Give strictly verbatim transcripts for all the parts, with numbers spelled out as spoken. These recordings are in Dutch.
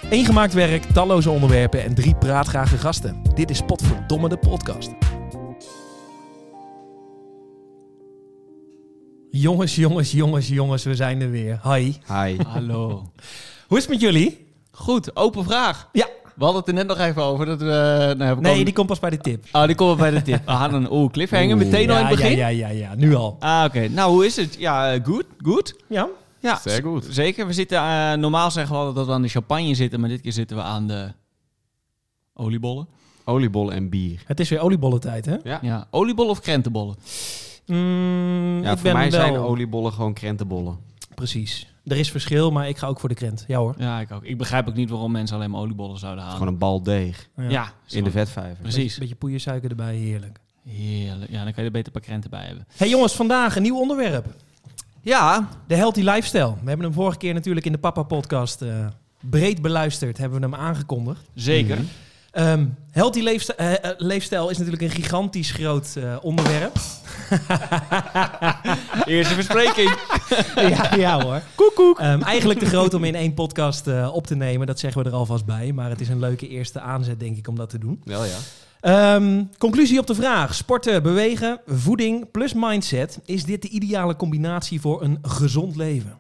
Eén gemaakt werk, talloze onderwerpen en drie praatgrage gasten. Dit is Potverdomme de podcast. Jongens, jongens, jongens, jongens, we zijn er weer. Hi. Hi. Hallo. Hoe is het met jullie? Goed, open vraag. Ja. We hadden het er net nog even over. Dat we, nou, we Nee, komen... die komt pas bij de tip. Oh, die komt bij de tip. We hadden een oeh, cliffhanger Oeh. meteen al in Ja, het begin. ja, ja, ja, ja, nu al. Ah, oké. Nou, hoe is het? Ja, uh, goed. Goed. Ja. Ja, Zeer goed. z- Zeker. We zitten, uh, normaal zeggen we altijd dat we aan de champagne zitten, maar dit keer zitten we aan de oliebollen. Oliebollen en bier. Het is weer oliebollentijd, hè? Ja, Ja, oliebollen of krentenbollen? Mm, ja ik voor ben mij wel... zijn oliebollen gewoon krentenbollen. Precies. Er is verschil, maar ik ga ook voor de krent. Ja hoor. Ja, ik ook. Ik begrijp ook niet waarom mensen alleen maar oliebollen zouden halen. Gewoon een bal deeg Ja, in de vetvijver. Precies. Beetje, beetje poeiersuiker erbij, heerlijk. Heerlijk. Ja, dan kan je er beter een paar krenten bij hebben. Hey jongens, vandaag een nieuw onderwerp. Ja, De healthy lifestyle. We hebben hem vorige keer natuurlijk in de Papa-podcast uh, breed beluisterd. Hebben we hem aangekondigd. zeker. Mhm. Um, healthy leefst- uh, uh, leefstijl is natuurlijk een gigantisch groot uh, onderwerp. Eerste verspreking. ja, ja hoor. Koek, koek. Um, eigenlijk te groot om in één podcast uh, op te nemen. Dat zeggen we er alvast bij. Maar het is een leuke eerste aanzet, denk ik, om dat te doen. Wel ja. Um, conclusie op de vraag. Sporten, bewegen, voeding plus mindset. Is dit de ideale combinatie voor een gezond leven?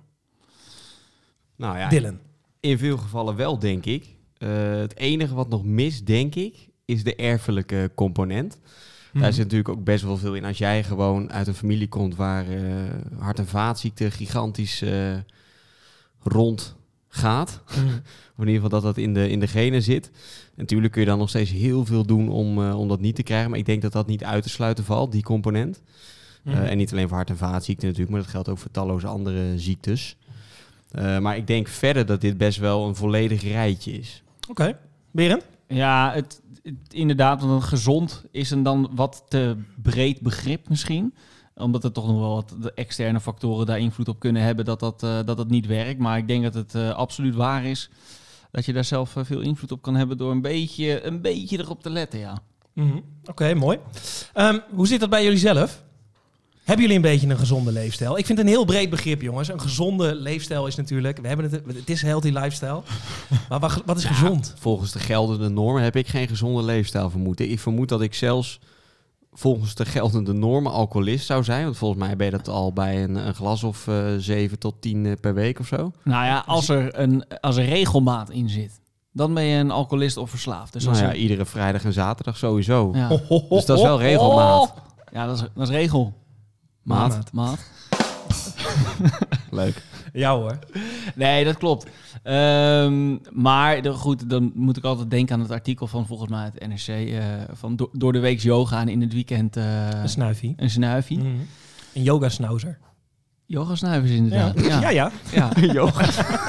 Nou ja, Dylan. in veel gevallen wel, denk ik. Uh, het enige wat nog mist, denk ik, is de erfelijke component. Hmm. Daar zit natuurlijk ook best wel veel in. Als jij gewoon uit een familie komt waar uh, hart- en vaatziekten gigantisch uh, rond gaat. Hmm. Of in ieder geval dat dat in de, in de genen zit. En natuurlijk kun je dan nog steeds heel veel doen om, uh, om dat niet te krijgen. Maar ik denk dat dat niet uit te sluiten valt, die component. Hmm. Uh, en niet alleen voor hart- en vaatziekten natuurlijk, maar dat geldt ook voor talloze andere ziektes. Uh, maar ik denk verder dat dit best wel een volledig rijtje is. Oké. Okay. Berend? Ja, het, het, inderdaad, want een gezond is een dan wat te breed begrip misschien. Omdat er toch nog wel wat de externe factoren daar invloed op kunnen hebben dat dat, uh, dat, dat niet werkt. Maar ik denk dat het uh, absoluut waar is dat je daar zelf uh, veel invloed op kan hebben door een beetje, een beetje erop te letten, ja. Mm-hmm. Oké, okay, mooi. Um, hoe zit dat bij jullie zelf? Hebben jullie een beetje een gezonde leefstijl? Ik vind het een heel breed begrip, jongens. Een gezonde leefstijl is natuurlijk... We hebben het, het is healthy lifestyle. Maar wat, wat is ja, gezond? Volgens de geldende normen heb ik geen gezonde leefstijl vermoed. Ik vermoed dat ik zelfs volgens de geldende normen alcoholist zou zijn. Want volgens mij ben je dat al bij een, een glas of uh, zeven tot tien uh, per week of zo. Nou ja, als er, een, als er regelmaat in zit, dan ben je een alcoholist of verslaafd. Dus nou als ja, er... iedere vrijdag en zaterdag sowieso. Ja. Ho, ho, ho, dus dat is wel regelmaat. Ja, dat is, dat is regel. Maat. Maat. Maat. Leuk. Ja hoor. Nee, dat klopt. Um, maar de, goed, dan moet ik altijd denken aan het artikel van volgens mij het N R C. Uh, van do- door de week yoga en in het weekend... Uh, een snuifie. Een snuifie. Mm-hmm. Een yoga snauzer. Yoga snuivers inderdaad. Ja, ja. ja. ja. ja. yoga.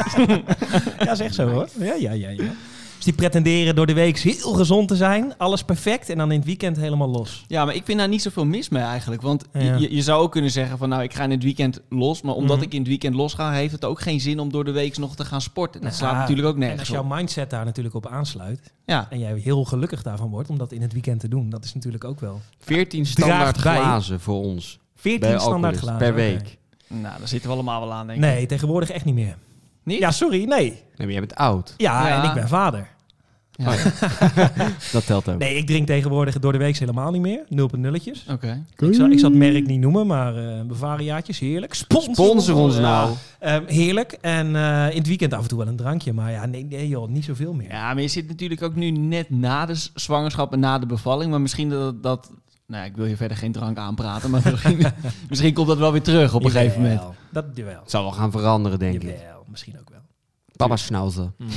Ja, zeg zo hoor. Ja, ja, ja, ja. Dus die pretenderen door de week heel gezond te zijn. Alles perfect. En dan in het weekend helemaal los. Ja, maar ik vind daar niet zoveel mis mee eigenlijk. Want ja. je, je zou ook kunnen zeggen van nou, ik ga in het weekend los. Maar omdat Mm-hmm. ik in het weekend los ga, heeft het ook geen zin om door de week nog te gaan sporten. Dat ja, slaat natuurlijk ook nergens En als jouw op. mindset daar natuurlijk op aansluit. Ja. En jij heel gelukkig daarvan wordt om dat in het weekend te doen. Dat is natuurlijk ook wel... veertien standaard bij. glazen voor ons. veertien standaard glazen. Per okay. week. Nou, daar zitten we allemaal wel aan, denk ik. Nee, tegenwoordig echt niet meer. Niet? Ja, sorry, nee. Nee, maar jij bent oud. Ja, Ja. en ik ben vader. Ja. Oh ja. Dat telt ook. Nee, ik drink tegenwoordig door de week helemaal niet meer. Nul nulletjes. Oké. Okay. Ik, zal, ik zal het merk niet noemen, maar uh, Bavariaatjes, heerlijk. Sponsor, Sponsor ons nou. Uh, heerlijk. En uh, in het weekend af en toe wel een drankje. Maar ja, nee, nee joh, niet zoveel meer. Ja, maar je zit natuurlijk ook nu net na de zwangerschap en na de bevalling. Maar misschien dat... dat nou, ik wil je verder geen drank aanpraten, maar misschien, misschien komt dat wel weer terug op een jawel, gegeven moment. Dat jawel. Het zal wel gaan veranderen, denk jawel, ik. misschien ook wel. Papa schnauzen. Mm,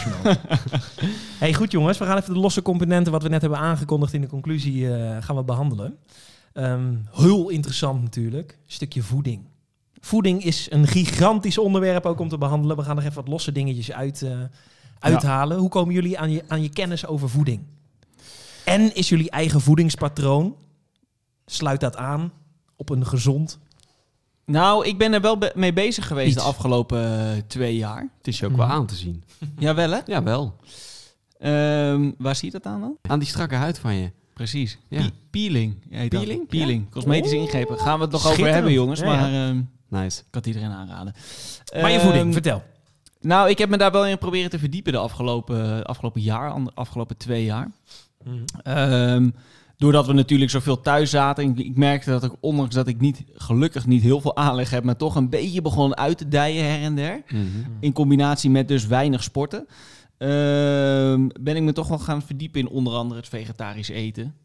hey, goed jongens, we gaan even de losse componenten wat we net hebben aangekondigd in de conclusie uh, gaan we behandelen. Um, heel interessant natuurlijk, een stukje voeding. Voeding is een gigantisch onderwerp ook om te behandelen. We gaan nog even wat losse dingetjes uit, uh, uithalen. Ja. Hoe komen jullie aan je, aan je kennis over voeding? En is jullie eigen voedingspatroon, sluit dat aan op een gezond... Nou, ik ben er wel be- mee bezig geweest Iets. de afgelopen uh, twee jaar. Het is je ook wel aan te zien. Jawel, hè? Jawel. Um, waar zie je dat aan dan? Aan die strakke huid van je. Precies. Ja. Pe- peeling. Heet dat. Peeling? Peeling. Ja. Cosmetische Oh. ingrepen. Gaan we het nog over Schitterend. hebben, jongens. Ja, maar ja. um, Nice. ik had iedereen aanraden. Maar je Um, voeding, vertel. Nou, ik heb me daar wel in proberen te verdiepen de afgelopen, afgelopen jaar, de afgelopen twee jaar. Mm. Um, doordat we natuurlijk zoveel thuis zaten. Ik, ik merkte dat ik, ondanks dat ik niet, gelukkig niet heel veel aanleg heb, maar toch een beetje begon uit te dijen her en der. Mm-hmm. In combinatie met dus weinig sporten. Um, ben ik me toch wel gaan verdiepen in onder andere het vegetarisch eten.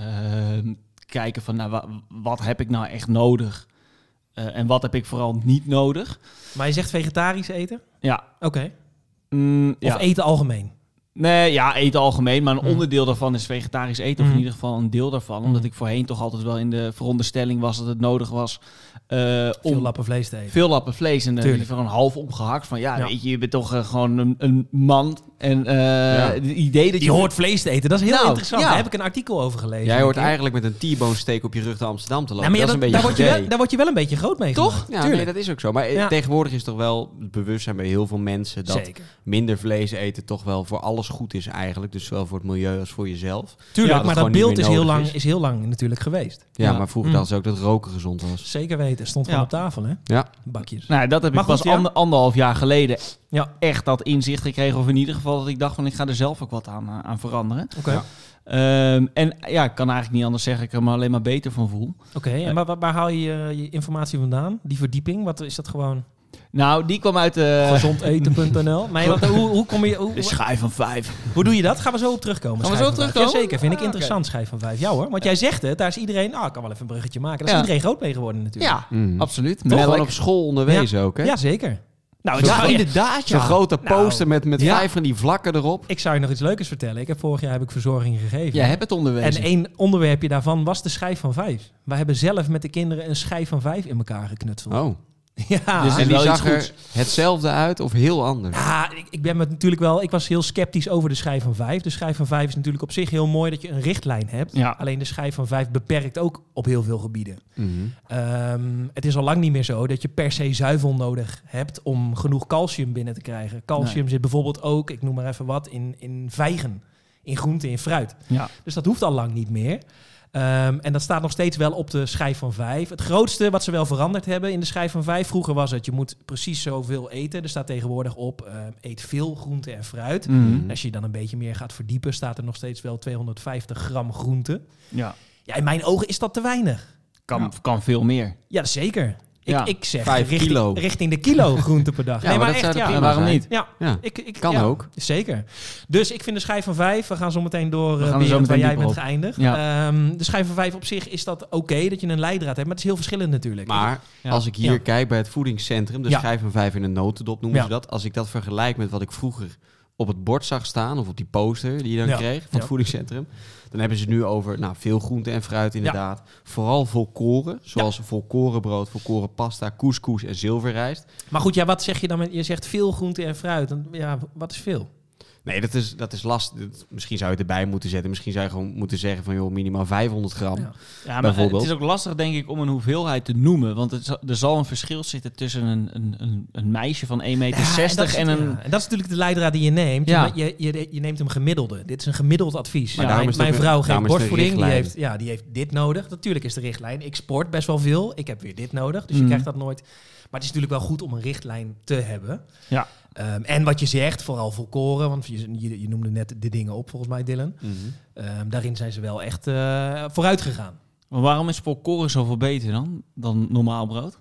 Um, kijken van, nou, wa, wat heb ik nou echt nodig? Uh, en wat heb ik vooral niet nodig? Maar je zegt vegetarisch eten? Ja. Oké. Okay. Mm, of ja. eten algemeen? Nee, ja, eten algemeen. Maar een mm. onderdeel daarvan is vegetarisch eten. Mm. Of in ieder geval een deel daarvan. Mm. Omdat ik voorheen toch altijd wel in de veronderstelling was dat het nodig was. Uh, veel om lappen vlees te eten. Veel lappen vlees. En dan uh, van een half opgehakt. Van ja, ja, weet je, je bent toch uh, gewoon een, een man. En uh, ja. het idee dat je... Je hoort vlees te eten. Dat is heel nou, interessant. Ja. Daar heb ik een artikel over gelezen. Jij hoort eigenlijk met een T-bone steak op je rug naar Amsterdam te lopen. Ja, maar dat ja, is dat, een beetje daar, word je wel, daar word je wel een beetje groot mee Toch? gemaakt. Ja, Tuurlijk. nee, dat is ook zo. Maar ja. tegenwoordig is toch wel het bewustzijn bij heel veel mensen dat Zeker. minder vlees eten toch wel voor alles goed is eigenlijk. Dus zowel voor het milieu als voor jezelf. Tuurlijk, ja, maar dat beeld is heel, lang, is. is heel lang natuurlijk geweest. Ja, ja. maar vroeger mm. dachten ze ook dat roken gezond was. Zeker weten. Stond gewoon ja. op tafel, hè? Ja. Bakjes. Nou, dat heb maar ik goed, pas ja. ander, anderhalf jaar geleden ja. echt dat inzicht gekregen. Of in ieder geval dat ik dacht van ik ga er zelf ook wat aan, uh, aan veranderen. Oké. Okay. Ja. Um, en ja, ik kan eigenlijk niet anders zeggen. Ik er me alleen maar beter van voel. Oké, okay, en waar, waar, waar haal je uh, je informatie vandaan? Die verdieping? Wat is dat gewoon? Nou, die kwam uit... Uh... gezondeten punt n l. Maar wat, hoe, hoe kom je... Hoe, de schijf van vijf. Hoe doe je dat? Gaan we zo op terugkomen. Gaan we zo terugkomen? Jazeker, vind ik ah, interessant, okay. schijf van vijf. Ja hoor, want jij zegt het, daar is iedereen... Ah, ik kan wel even een bruggetje maken. Daar is ja. iedereen groot mee geworden natuurlijk. Ja, mm. absoluut. Toch gewoon op school onderwezen ja. ook, hè? Ja, zeker. Nou, ja, inderdaad, ja. Zo'n grote poster nou, met, met ja. vijf van die vlakken erop. Ik zou je nog iets leukers vertellen. Ik heb vorig jaar heb ik verzorging gegeven. Jij hebt het onderwezen. En één onderwerpje daarvan was de schijf van vijf. Wij hebben zelf met de kinderen een schijf van vijf in elkaar geknutseld. Oh. Ja, dus en die zag er hetzelfde uit of heel anders? Ja, ik, ik ben met natuurlijk wel. Ik was heel sceptisch over de schijf van vijf. De schijf van vijf is natuurlijk op zich heel mooi dat je een richtlijn hebt. Ja. Alleen de schijf van vijf beperkt ook op heel veel gebieden. Mm-hmm. Um, het is al lang niet meer zo dat je per se zuivel nodig hebt om genoeg calcium binnen te krijgen. Calcium nee. zit bijvoorbeeld ook, ik noem maar even wat, in, in vijgen, in groente, in fruit. Ja. Dus dat hoeft al lang niet meer. Um, en dat staat nog steeds wel op de schijf van vijf. Het grootste wat ze wel veranderd hebben in de schijf van vijf... vroeger was het, je moet precies zoveel eten. Er staat tegenwoordig op, uh, eet veel groente en fruit. Mm-hmm. En als je dan een beetje meer gaat verdiepen... staat er nog steeds wel tweehonderdvijftig gram groente. Ja. Ja, in mijn ogen is dat te weinig. Kan, ja. kan veel meer. Ja, zeker. Ik, ja. ik zeg Vijf richting, kilo. richting de kilo groente per dag. Ja, nee, maar, maar echt, ja. Waarom niet? Ja, ja. Ik, ik, kan ja, ook. Zeker. Dus ik vind de schijf van vijf... We gaan zo meteen door uh, we zo meteen waar jij bent op. geëindigd. Ja. Um, de schijf van vijf op zich is dat oké okay, dat je een leidraad hebt. Maar het is heel verschillend natuurlijk. Maar ja. als ik hier ja. kijk bij het voedingscentrum... de ja. schijf van vijf in een notendop noemen ja. ze dat. Als ik dat vergelijk met wat ik vroeger op het bord zag staan... of op die poster die je dan ja. kreeg van ja. het voedingscentrum... dan hebben ze het nu over nou, veel groente en fruit inderdaad. Ja. Vooral volkoren, zoals ja. volkorenbrood, volkoren pasta, couscous en zilverrijst. Maar goed, ja, wat zeg je dan? Met, je zegt veel groente en fruit. Dan, ja, wat is veel? Nee, dat is, dat is lastig. Misschien zou je het erbij moeten zetten. Misschien zou je gewoon moeten zeggen van joh, minimaal vijfhonderd gram. Ja, ja maar het is ook lastig denk ik om een hoeveelheid te noemen. Want het, er zal een verschil zitten tussen een, een, een meisje van één meter zestig ja, en, en een... Ja. En dat is natuurlijk de leidraad die je neemt. Ja. Je, je, je neemt hem gemiddelde. Dit is een gemiddeld advies. Maar ja, mijn mijn vrouw geeft borstvoeding. Die heeft, ja, die heeft dit nodig. Natuurlijk is de richtlijn. Ik sport best wel veel. Ik heb weer dit nodig. Dus mm. je krijgt dat nooit... Maar het is natuurlijk wel goed om een richtlijn te hebben. Ja. Um, en wat je zegt, vooral volkoren, want je, je, je noemde net de dingen op, volgens mij, Dylan. Mm-hmm. Um, daarin zijn ze wel echt uh, vooruit gegaan. Maar waarom is volkoren zoveel beter dan, dan normaal brood?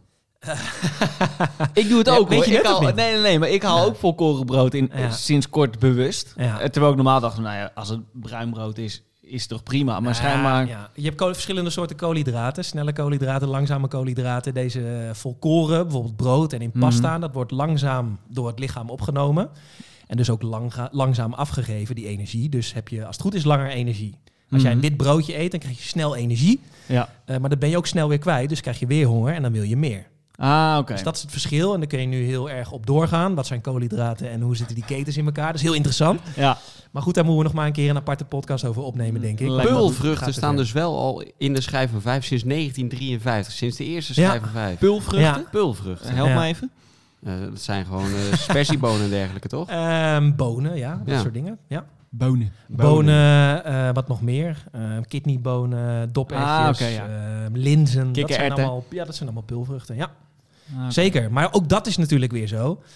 Ik doe het ook, ja, hoor. Ik haal, nee, nee, nee, maar ik haal ja. ook volkorenbrood in, ja. sinds kort bewust. Ja. Terwijl ik normaal dacht, nou ja, als het bruin brood is, is toch prima. Maar ja, schijnbaar... Ja. Je hebt ko- verschillende soorten koolhydraten. Snelle koolhydraten, langzame koolhydraten. Deze uh, volkoren, bijvoorbeeld brood en in pasta. Mm. Dat wordt langzaam door het lichaam opgenomen. En dus ook lang, langzaam afgegeven, die energie. Dus heb je, als het goed is, langer energie. Als mm-hmm. jij een wit broodje eet, dan krijg je snel energie. Ja. Uh, maar dan ben je ook snel weer kwijt. Dus krijg je weer honger en dan wil je meer. Ah, oké. Okay. Dus dat is het verschil. En daar kun je nu heel erg op doorgaan. Wat zijn koolhydraten en hoe zitten die ketens in elkaar? Dat is heel interessant. Ja. Maar goed, daar moeten we nog maar een keer een aparte podcast over opnemen, denk ik. Peulvruchten staan dus wel al in de schijf van vijf sinds negentien drieënvijftig. Sinds de eerste schijf ja. van vijf. Peulvruchten? Ja. Peulvruchten. Help ja. me even. Uh, dat zijn gewoon uh, spersiebonen en dergelijke, toch? Um, bonen, ja. Dat ja. soort dingen. Ja. Bonen. Bonen, uh, wat nog meer? Uh, kidneybonen, doperwtjes, ah, okay, ja. uh, linzen. Dat zijn allemaal, ja, dat zijn allemaal peulvruchten, ja. Ah, okay. Zeker, maar ook dat is natuurlijk weer zo.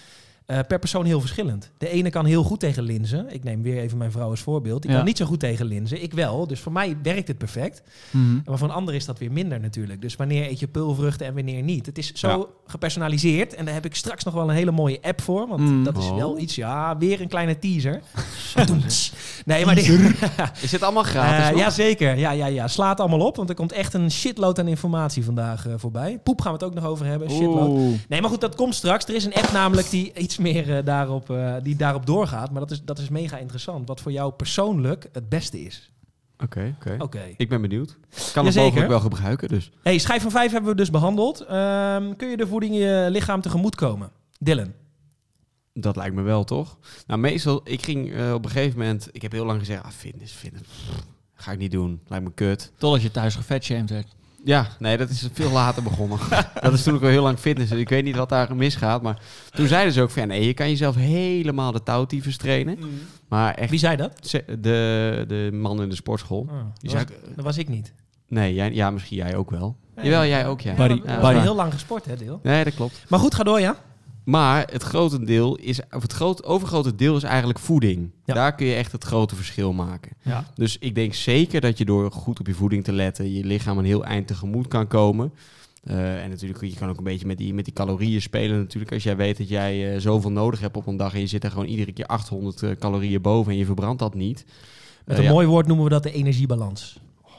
Uh, per persoon heel verschillend. De ene kan heel goed tegen linzen. Ik neem weer even mijn vrouw als voorbeeld. Die Ja. kan niet zo goed tegen linzen. Ik wel. Dus voor mij werkt het perfect. Mm-hmm. Maar voor een ander is dat weer minder natuurlijk. Dus wanneer eet je peulvruchten en wanneer niet? Het is zo Ja. gepersonaliseerd. En daar heb ik straks nog wel een hele mooie app voor. Want Mm. dat is Oh. wel iets... Ja, weer een kleine teaser. nee, maar... Die, Is dit allemaal gratis? Uh, nog? ja, zeker. Ja, ja, ja. Sla het allemaal op, want er komt echt een shitload aan informatie vandaag uh, voorbij. Poep gaan we het ook nog over hebben. Shitload. Oeh. Nee, maar goed, dat komt straks. Er is een app namelijk die iets meer uh, daarop, uh, die daarop doorgaat. Maar dat is, dat is mega interessant. Wat voor jou persoonlijk het beste is. Oké, oké. Oké. Ik ben benieuwd. Kan het Jazeker. mogelijk wel gebruiken, dus. Hey, schijf van vijf hebben we dus behandeld. Um, kun je de voeding je lichaam tegemoet komen? Dylan. Dat lijkt me wel, toch? Nou, meestal, ik ging uh, op een gegeven moment... Ik heb heel lang gezegd, ah, fitness, fitness. Pff, ga ik niet doen. Lijkt me kut. Totdat je thuis gevetshamed werd. Ja, nee, dat is veel later begonnen. Dat is toen ik al heel lang fitness. Dus ik weet niet wat daar misgaat. Maar toen zeiden ze ook van... Nee, je kan jezelf helemaal de touwtyfus trainen. Mm. Maar echt... Wie zei dat? De, de man in de sportschool. Oh, Die dat, zei, was, dat was ik niet. Nee, jij, ja, misschien jij ook wel. Nee, Jawel, jij ook, ja. Ja, Buddy, we hebben buddy. heel lang gesport, hè, Deel? Nee, dat klopt. Maar goed, ga door, ja? Maar het grote deel is, of het groot, overgrote deel is eigenlijk voeding. Ja. Daar kun je echt het grote verschil maken. Ja. Dus ik denk zeker dat je door goed op je voeding te letten, je lichaam een heel eind tegemoet kan komen. Uh, en natuurlijk, je kan ook een beetje met die, met die calorieën spelen natuurlijk. Als jij weet dat jij uh, zoveel nodig hebt op een dag en je zit er gewoon iedere keer achthonderd uh, calorieën boven en je verbrandt dat niet. Met Uh, een ja. mooi woord noemen we dat de energiebalans.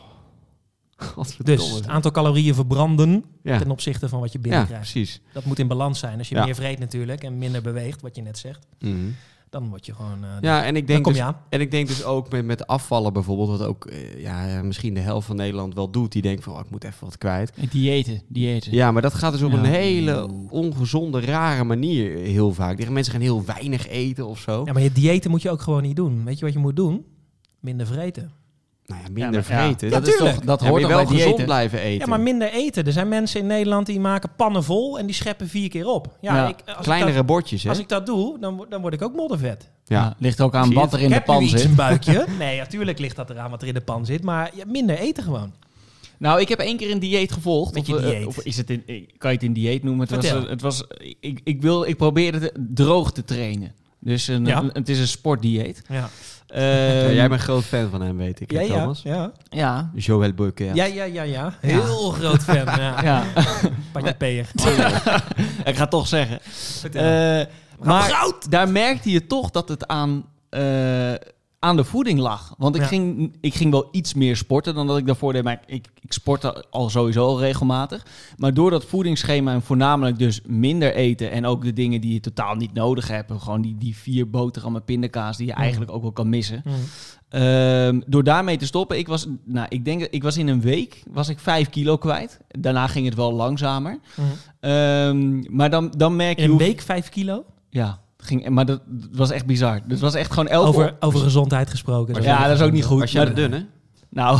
Dus het aantal calorieën verbranden ja. ten opzichte van wat je Ja, binnenkrijgt. precies. Dat moet in balans zijn. Als je Ja. meer vreet natuurlijk en minder beweegt, wat je net zegt, Mm-hmm. dan word je gewoon... Uh, Ja, en ik dan denk kom dus, je aan. en ik denk dus ook met, met afvallen bijvoorbeeld, wat ook uh, ja, misschien de helft van Nederland wel doet. Die denkt van, oh, ik moet even wat kwijt. Diëten, diëten. Ja, maar dat gaat dus op Ja. een hele ongezonde, rare manier heel vaak. Die mensen gaan heel weinig eten of zo. Ja, maar je diëten moet je ook gewoon niet doen. Weet je wat je moet doen? Minder vreten. Nou ja, minder Ja, maar- ja, vreten. Ja, dat is tuurlijk. toch, dat Ja, hoort maar je toch wel bij gezond diëten. blijven eten. Ja, maar minder eten. Er zijn mensen in Nederland die maken pannen vol en die scheppen vier keer op. Ja, Ja. Ik, als, Kleinere ik dat, bordjes, hè? als ik dat doe, dan, wo- dan word ik ook moddervet. Ja. Ja, ligt ook aan Zie je wat het? er in ik de heb nu pan iets zit. een buikje. Nee, natuurlijk ligt dat eraan wat er in de pan zit. Maar ja, minder eten gewoon. Nou, ik heb één keer een dieet gevolgd. Met je of, eh, dieet. Of is het in, kan je het in dieet noemen? Het was, Vertel. eh, het was, ik, ik, wil, ik probeerde het droog te trainen. Dus een, Ja. een- het is een sportdieet. Ja, Ehm, Ja, jij bent groot fan van hem, weet ik, ja, hè, ja, Thomas. ja. Ja. Joël Bukke, ja. Ja, ja, ja, ja. Heel groot fan. Ja. Ja. Patje peer. Ik ga het toch zeggen. Vertel. Eh, maar goud! daar merkte je toch dat het aan, eh, aan de voeding lag. Want ik, Ja. ging, ik ging wel iets meer sporten dan dat ik daarvoor deed. Maar ik, ik sportte al sowieso al regelmatig. Maar door dat voedingsschema en voornamelijk dus minder eten... en ook de dingen die je totaal niet nodig hebt... gewoon die, die vier boterhammen pindakaas die je Mm. eigenlijk ook wel kan missen... Mm. Ehm, door daarmee te stoppen, ik was, nou, ik denk, ik was in een week was ik vijf kilo kwijt. Daarna ging het wel langzamer. Mm. Ehm, maar dan, dan merk je In een hoe- week vijf kilo? Ja, ging, maar dat, dat was echt bizar. Dat was echt gewoon elke... Over, over gezondheid gesproken. Ja, dat is ook niet goed. Was je Maar- de dunne? Nou,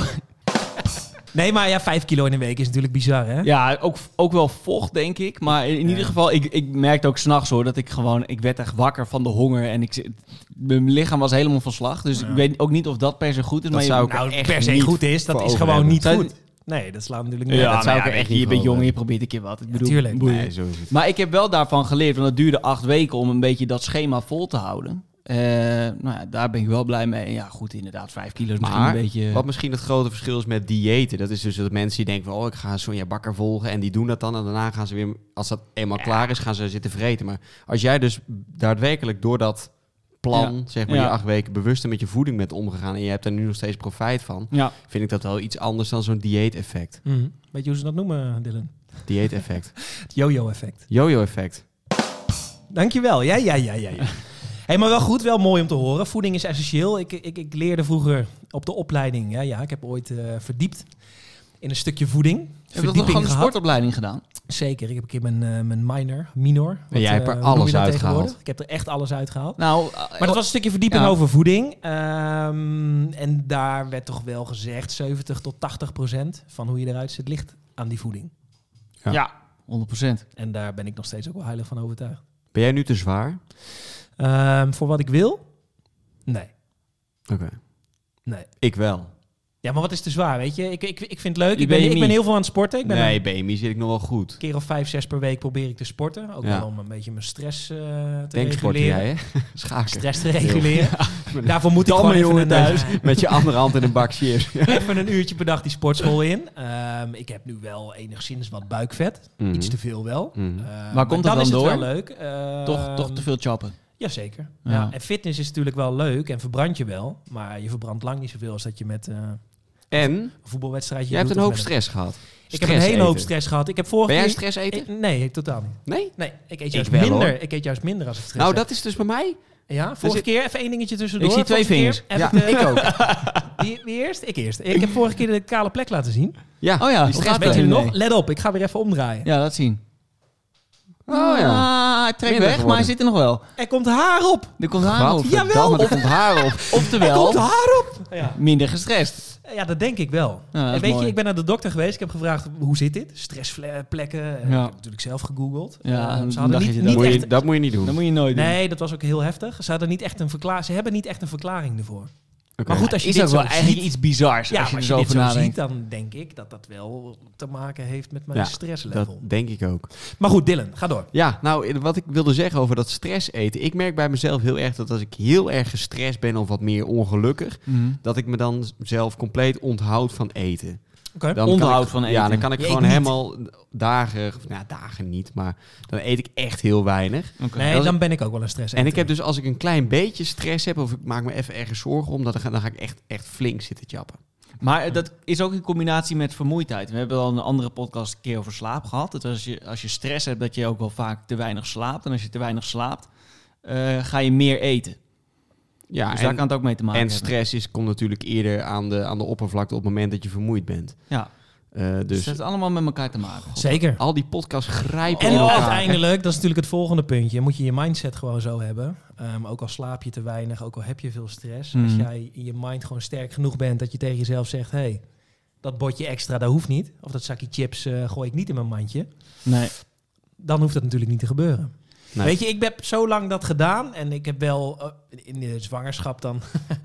Nee, maar ja, vijf kilo in een week is natuurlijk bizar, hè? ja, ook, ook wel vocht, denk ik. Maar in, in ieder geval, ik, ik merkte ook s'nachts hoor, dat ik gewoon... Ik werd echt wakker van de honger en ik, zit- mijn lichaam was helemaal van slag. Dus Ja. ik weet ook niet of dat per se goed is. Dat maar je- zou ik Nou, echt per se niet goed is, dat voor is over gewoon hebben. niet Zou- goed. Nee, dat slaat natuurlijk niet Ja, uit. dat zou nou ik ja, echt weet niet je, je bent voor jong en je over probeert een keer wat. Ik Ja, bedoel, tuurlijk. boeien. Nee, zo is het. Maar ik heb wel daarvan geleerd, want het duurde acht weken om een beetje dat schema vol te houden. Eh, nou ja, daar ben ik wel blij mee. Ja, goed, inderdaad, vijf kilo is misschien Maar een beetje... wat misschien het grote verschil is met diëten, dat is dus dat mensen die denken van, oh, ik ga Sonja Bakker volgen en die doen dat dan en daarna gaan ze weer, als dat eenmaal Ja. klaar is, gaan ze zitten vreten. Maar als jij dus daadwerkelijk door dat plan, Ja. zeg maar Ja. die acht weken, bewuster met je voeding bent omgegaan en je hebt er nu nog steeds profijt van, Ja, vind ik dat wel iets anders dan zo'n dieet-effect. Mhm. Weet je hoe ze dat noemen, Dylan? Dieet-effect. Het yo-yo-effect. Yo-yo-effect. Dankjewel. Ja, ja, ja, ja. ja. Hey, maar wel goed, wel mooi om te horen. Voeding is essentieel. Ik, ik, ik leerde vroeger op de opleiding. Ja, ja, ik heb ooit uh, verdiept in een stukje voeding. heb je Verdieping toch gewoon een gehad. sportopleiding gedaan? Zeker. Ik heb een keer mijn, uh, mijn minor, minor. En jij hebt er uh, alles noem je dat uitgehaald. tegenwoordig? Ik heb er echt alles uitgehaald. Nou, Maar dat was een stukje verdieping Ja. over voeding. Um, en daar werd toch wel gezegd, zeventig tot tachtig procent van hoe je eruit zit, ligt aan die voeding. Ja. ja, honderd procent. En daar ben ik nog steeds ook wel heilig van overtuigd. Ben jij nu te zwaar? Um, voor wat ik wil? Nee. Oké. Nee. Ik wel. Ja, maar wat is te zwaar, weet je? Ik, ik, ik vind het leuk. Die Ik ben, B M I. ik ben heel veel aan het sporten. Ik ben Nee, een B M I zit ik nog wel goed. keer of vijf, zes per week probeer ik te sporten. Ook Ja. wel om een beetje mijn stress uh, te Denksporten reguleren. jij, hè? Schaken. Stress te reguleren. Daarvoor moet ik Damme, gewoon even jongen, een, thuis. uh, Met je andere hand in een bak chips. even een uurtje per dag die sportschool in. Um, ik heb nu wel enigszins wat buikvet. Mhm. Iets te veel wel. Mhm. Uh, Waar komt maar dat is dan het door? wel leuk. Uh, Toch, toch te veel chappen. Jazeker. Ja. Ja. En fitness is natuurlijk wel leuk en verbrand je wel. Maar je verbrandt lang niet zoveel als dat je met uh, En een voetbalwedstrijdje jij hebt doet een of hoop met stress gehad. Ik heb een hele hoop eten. stress gehad. Ik heb vorige Ben jij keer... stress eten? Ik- nee, totaal niet. Nee? Nee, ik eet Ik juist wel, minder. hoor. Ik eet juist minder als ik stress Nou, heb. dat is dus bij mij. Ja, vorige zit- keer, even één dingetje tussendoor. Ik zie twee Vorige keer vingers. heb Ja, ik, de- ik ook. Wie, wie eerst? Ik eerst. Ik heb vorige keer de kale plek laten zien. Ja, Oh ja, die hoe stress gaat Weet het je nu? nog? Nee. Let op, ik ga weer even omdraaien. Ja, laat zien. Oh ja. Ah, hij trekt Minder weg, geworden. maar hij zit er nog wel. Er komt haar op. Er komt haar op. Gadverdamme, Jawel. er komt haar op. Er Oftewel, komt haar op. Ja. minder gestrest. Ja, dat denk ik wel. Ja, dat is en weet mooi. je, ik ben naar de dokter geweest. Ik heb gevraagd, hoe zit dit? Stressplekken. Ja. Ik heb natuurlijk zelf gegoogeld. Ja, Uh, dan ze hadden dacht niet, je niet Dat moet, echt... je, dat moet je niet doen. Dat moet je nooit doen. Nee, dat was ook heel heftig. Ze, hadden niet echt een verkla- ze hebben niet echt een verklaring ervoor. Oké. Maar goed, als je is dit ook wel zo eigenlijk ziet... iets bizars Ja, als je maar er als zo je dit over zo ziet, nadenkt. dan denk ik dat dat wel te maken heeft met mijn Ja, stresslevel. Dat denk ik ook. Maar goed, Dylan, ga door. Ja, nou, wat ik wilde zeggen over dat stress eten. Ik merk bij mezelf heel erg dat als ik heel erg gestrest ben of wat meer ongelukkig, Mhm. dat ik me dan zelf compleet onthoud van eten. Oké. Dan Onthoud kan ik- van Ja, eten. dan kan ik Je gewoon eet niet. helemaal dagen, of, nou dagen niet, maar dan eet ik echt heel weinig. Oké. Nee, Als dan ik- ben ik ook wel een stress. En ik heb dus als ik een klein beetje stress heb of ik maak me even ergens zorgen om, dan ga, dan ga ik echt, echt flink zitten chappen. Maar dat is ook in combinatie met vermoeidheid. We hebben al een andere podcast een keer over slaap gehad. Dat als je, als je stress hebt, dat je ook wel vaak te weinig slaapt. En als je te weinig slaapt, eh, ga je meer eten. Ja, dus en, daar kan het ook mee te maken en hebben. stress is, komt natuurlijk eerder aan de, aan de oppervlakte op het moment dat je vermoeid bent. Ja, Uh, dus dus het heeft allemaal met elkaar te maken. Zeker. al die podcasts grijpen En in elkaar. uiteindelijk, dat is natuurlijk het volgende puntje, moet je je mindset gewoon zo hebben. Um, ook al slaap je te weinig, ook al heb je veel stress. Als Mhm. jij in je mind gewoon sterk genoeg bent dat je tegen jezelf zegt, hé, hey, dat bordje extra, dat hoeft niet. Of dat zakje chips uh, gooi ik niet in mijn mandje. Nee. Dan hoeft dat natuurlijk niet te gebeuren. Nee. Weet je, ik heb zo lang dat gedaan en ik heb wel uh, in de zwangerschap dan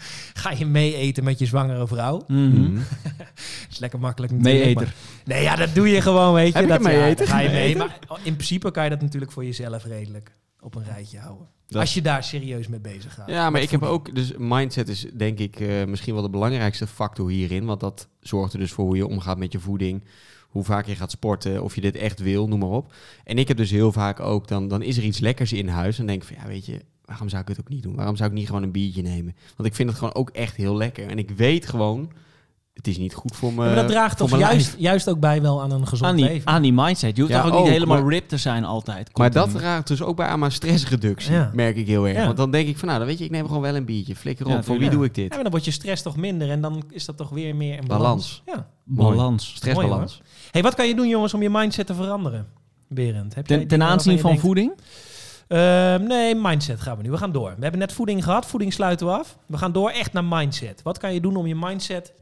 ga je mee eten met je zwangere vrouw. Mhm. Mhm. is lekker makkelijk natuurlijk. Meeeter. maar- Nee, ja, dat doe je gewoon, weet je. Heb ik dat, een meeeter? ja, dan ga je mee. Meeeter? Maar in principe kan je dat natuurlijk voor jezelf redelijk op een rijtje houden. Dat- Als je daar serieus mee bezig gaat. Ja, maar Met ik heb voeding. ook, dus mindset is denk ik uh, misschien wel de belangrijkste factor hierin. Want dat zorgt er dus voor hoe je omgaat met je voeding. Hoe vaak je gaat sporten, of je dit echt wil, noem maar op. En ik heb dus heel vaak ook, dan, dan is er iets lekkers in huis. En denk ik van, ja weet je, waarom zou ik het ook niet doen? Waarom zou ik niet gewoon een biertje nemen? Want ik vind het gewoon ook echt heel lekker. En ik weet gewoon, het is niet goed voor me. Ja, maar dat draagt voor toch mijn juist, lijf. juist ook bij wel aan een gezond Aan die, leven. aan die mindset. Je hoeft Ja, toch ook niet ook, helemaal maar- ripped te zijn altijd. Maar dat Continu. draagt dus ook bij aan mijn stressreductie, Ja. merk ik heel erg. Ja. Want dan denk ik van, nou, dan weet je, ik neem gewoon wel een biertje. Flikker op, Ja, voor wie tuurlijk. doe ik dit? Ja, maar dan wordt je stress toch minder en dan is dat toch weer meer een Balans. balans. Ja. Balans. Stressbalans. Hey, wat kan je doen, jongens, om je mindset te veranderen? Berend, heb jij Ten, ten dingen aanzien waarvan van je denkt- voeding? Ehm, nee, mindset gaan we nu. We gaan door. We hebben net voeding gehad. Voeding sluiten we af. We gaan door echt naar mindset. Wat kan je doen om je mindset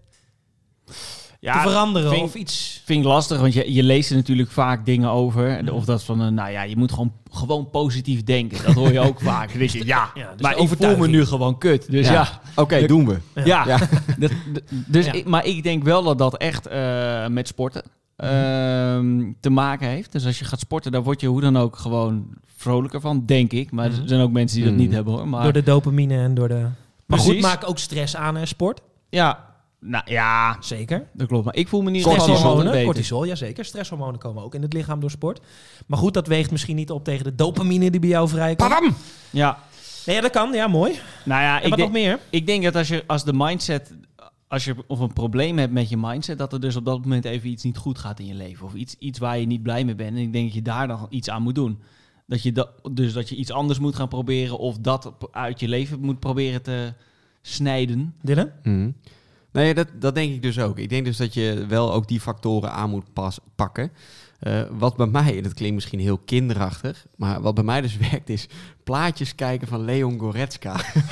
te veranderen? vind- Of iets... Vind ik lastig, want je, je leest er natuurlijk vaak dingen over. Mhm. Of dat van, eh, nou ja, je moet gewoon, gewoon positief denken. Dat hoor je ook vaak. Dan denk je, ja, Ja, dus maar de ik voel me overtuiging. nu gewoon kut. Dus Ja. ja, Oké, De- doen we. Ja. ja. Ja. Dat- d- dus Ja. ik, maar ik denk wel dat dat echt eh, met sporten ehm, te maken heeft. Dus als je gaat sporten, dan word je hoe dan ook gewoon vrolijker van, denk ik. Maar Mhm. er zijn ook mensen die dat Mhm. niet hebben hoor. Maar Door de dopamine en door de... Maar Precies. goed, maak ook stress aan en sport. ja, nou ja, Zeker. dat klopt. Maar ik voel me niet echt Stresshormonen, beter. cortisol, ja zeker. Stresshormonen komen ook in het lichaam door sport. Maar goed, dat weegt misschien niet op tegen de dopamine die bij jou vrijkomt. Padam! Ja, Nee, ja, dat kan. Ja, mooi. nou ja, En ik wat denk, nog meer? ik denk dat als je als de mindset, als je of een probleem hebt met je mindset, dat er dus op dat moment even iets niet goed gaat in je leven. Of iets, iets waar je niet blij mee bent. En ik denk dat je daar dan iets aan moet doen. Dat je dat, dus dat je iets anders moet gaan proberen of dat uit je leven moet proberen te snijden. Dylan? Mhm. Nee, dat, dat denk ik dus ook. Ik denk dus dat je wel ook die factoren aan moet pas, pakken. Uh, wat bij mij, en dat klinkt misschien heel kinderachtig, maar wat bij mij dus werkt is plaatjes kijken van Leon Goretzka.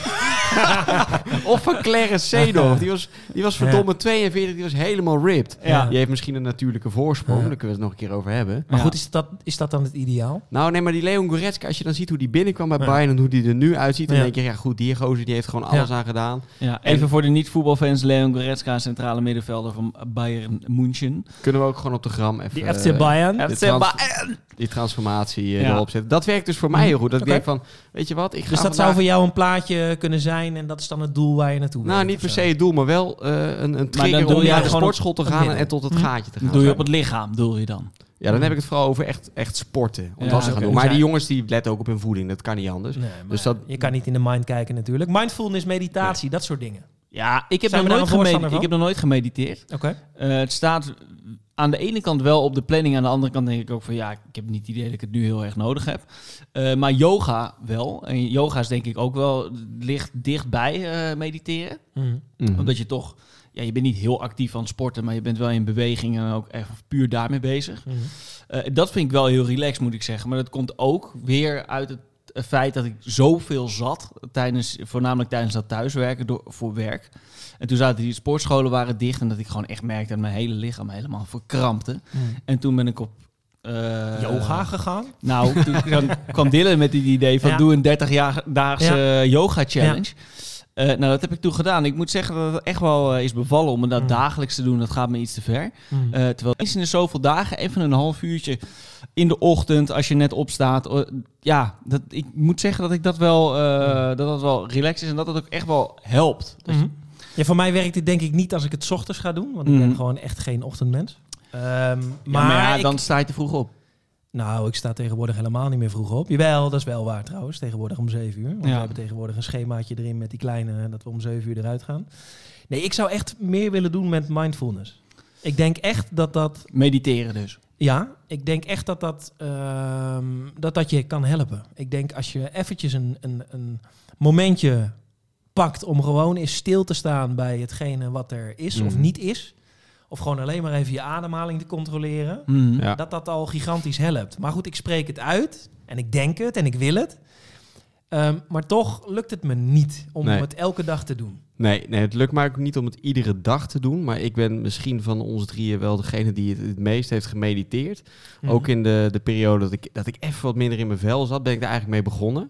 Of van Clarence Seedorf. Die was, die was verdomme ja. tweeënveertig, die was helemaal ripped. Ja. Die heeft misschien een natuurlijke voorsprong. Ja. Daar kunnen we het nog een keer over hebben. Maar Ja. goed, is dat, is dat dan het ideaal? Nou, nee, maar die Leon Goretzka, als je dan ziet hoe die binnenkwam bij Ja. Bayern en hoe die er nu uitziet, dan Ja. denk je, ja goed, die gozer die heeft gewoon alles Ja. aan gedaan. Ja, even voor de niet-voetbalfans. Leon Goretzka, centrale middenvelder van Bayern München. Kunnen we ook gewoon op de gram even... Die eh, F C Bayern. de F C trans- Bayern. die transformatie uh, Ja. erop zetten. Dat werkt dus voor mij heel goed. Dat Oké. ik denk van, weet je wat, ik ga Dus dat vandaag... zou voor jou een plaatje kunnen zijn en dat is dan het doel waar je naartoe Nou, werkt niet per of se zo. het doel, maar wel uh, een, een trigger doe om je naar de gewoon sportschool te op- gaan op en, en tot het Hm. gaatje te gaan. Dat doe je Zo. op het lichaam, doe je dan. Ja, dan heb ik het vooral over echt, echt sporten. Om Ja, dat te gaan oké. doen. Maar Dus die hij- jongens die letten ook op hun voeding. Dat kan niet anders. Nee, maar Dus dat- je kan niet in de mind kijken natuurlijk. Mindfulness, meditatie, dat soort dingen. Ja, ik heb, Zijn nog we daar nooit, een voorstander gemedi- van? ik heb nog nooit gemediteerd. Oké. Uh, het staat aan de ene kant wel op de planning. Aan de andere kant denk ik ook van ja, ik heb niet het idee dat ik het nu heel erg nodig heb. Uh, maar yoga wel. En yoga is denk ik ook wel ligt dichtbij uh, mediteren. Mm. Mhm. Omdat je toch, ja, je bent niet heel actief aan het sporten, maar je bent wel in beweging en ook echt puur daarmee bezig. Mm. Uh, dat vind ik wel heel relaxed, moet ik zeggen. Maar dat komt ook weer uit het Het feit dat ik zoveel zat, tijdens, voornamelijk tijdens dat thuiswerken door, voor werk. En toen zaten die sportscholen waren dicht en dat ik gewoon echt merkte dat mijn hele lichaam helemaal verkrampte. Mm. En toen ben ik op... Uh, Yoga gegaan? Nou, toen kwam- kwam Dylan met die idee van Ja. doe een dertig-daagse Ja. yoga challenge. Uh, nou, dat heb ik toen gedaan. Ik moet zeggen dat het echt wel uh, is bevallen om dat Mm. dagelijks te doen. Dat gaat me iets te ver. Mm. Uh, terwijl eens in de zoveel dagen, even een half uurtje in de ochtend, als je net opstaat. Uh, ja, dat, ik moet zeggen dat ik dat wel, uh, dat dat wel relaxed is en dat dat ook echt wel helpt. Dus, Mhm. Ja, voor mij werkt dit denk ik niet als ik het 's ochtends ga doen. Want ik Mhm. ben gewoon echt geen ochtendmens. Ehm, maar maar, maar ja, ik- dan sta je te vroeg op. Nou, ik sta tegenwoordig helemaal niet meer vroeg op. Jawel, dat is wel waar trouwens. Tegenwoordig om zeven uur. Want Ja. we hebben tegenwoordig een schemaatje erin met die kleine... dat we om zeven uur eruit gaan. Nee, ik zou echt meer willen doen met mindfulness. Ik denk echt dat dat... Mediteren dus. Ja, ik denk echt dat dat, ehm, dat, dat je kan helpen. Ik denk als je eventjes een, een, een momentje pakt om gewoon eens stil te staan bij hetgene wat er is of Mhm. niet is. Of gewoon alleen maar even je ademhaling te controleren. Mhm. Ja. Dat dat al gigantisch helpt. Maar goed, ik spreek het uit en ik denk het en ik wil het. Ehm, maar toch lukt het me niet om Nee. het elke dag te doen. Nee, nee, het lukt mij ook niet om het iedere dag te doen. Maar ik ben misschien van ons drieën wel degene die het het meest heeft gemediteerd. Mhm. Ook in de, de periode dat ik, dat ik even wat minder in mijn vel zat, ben ik daar eigenlijk mee begonnen.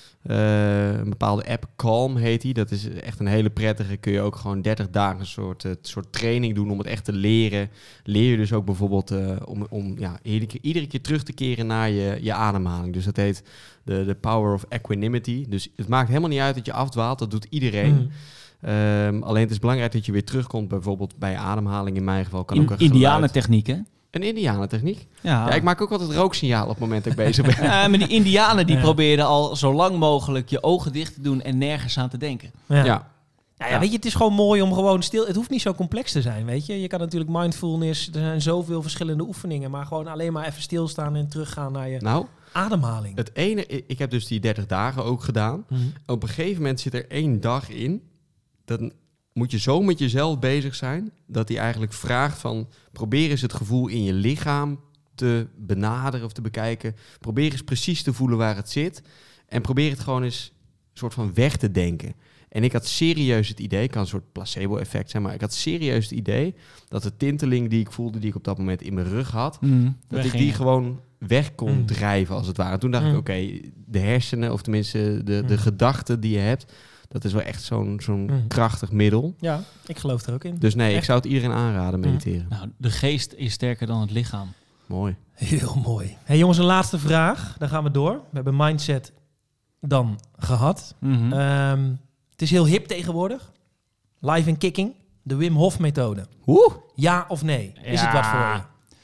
Uh, een bepaalde app, Calm heet die. Dat is echt een hele prettige. Kun je ook gewoon dertig dagen een soort, uh, soort training doen om het echt te leren. Leer je dus ook bijvoorbeeld uh, om, om ja, iedere, keer, iedere keer terug te keren naar je, je ademhaling. Dus dat heet de, de power of equanimity. Dus het maakt helemaal niet uit dat je afdwaalt. Dat doet iedereen. Mhm. Um, alleen het is belangrijk dat je weer terugkomt. Bijvoorbeeld bij ademhaling in mijn geval. Kan ook In, een geluid. Indianentechniek, hè? Een indianentechniek. Ja. Ja, ik maak ook altijd rooksignaal op het moment dat ik bezig ben. Ja, maar die Indianen die Ja. probeerden al zo lang mogelijk je ogen dicht te doen en nergens aan te denken. Ja. Ja. Nou ja, Ja. weet je, het is gewoon mooi om gewoon stil... Het hoeft niet zo complex te zijn, weet je. Je kan natuurlijk mindfulness... Er zijn zoveel verschillende oefeningen... maar gewoon alleen maar even stilstaan en teruggaan naar je Nou, ademhaling. het ene... Ik heb dus die dertig dagen ook gedaan. Mhm. Op een gegeven moment zit er één dag in. Dan moet je zo met jezelf bezig zijn... dat hij eigenlijk vraagt van... probeer eens het gevoel in je lichaam te benaderen of te bekijken. Probeer eens precies te voelen waar het zit. En probeer het gewoon eens een soort van weg te denken. En ik had serieus het idee... kan een soort placebo-effect zijn... maar ik had serieus het idee... dat de tinteling die ik voelde... die ik op dat moment in mijn rug had... dat ik die gewoon weg kon Mm. drijven als het ware. Toen dacht Mm. ik, oké, de hersenen... of tenminste de, de Mm. gedachten die je hebt... dat is wel echt zo'n zo'n Mm. krachtig middel. Ja, ik geloof er ook in. Dus nee, ik Echt? zou het iedereen aanraden, mediteren. Nou, de geest is sterker dan het lichaam. Mooi. Heel mooi. Hey jongens, een laatste vraag. Dan gaan we door. We hebben mindset dan gehad. Mhm. Ehm, het is heel hip tegenwoordig. Live and kicking. De Wim Hof methode. Oeh. Ja of nee? Is Ja. het wat voor je?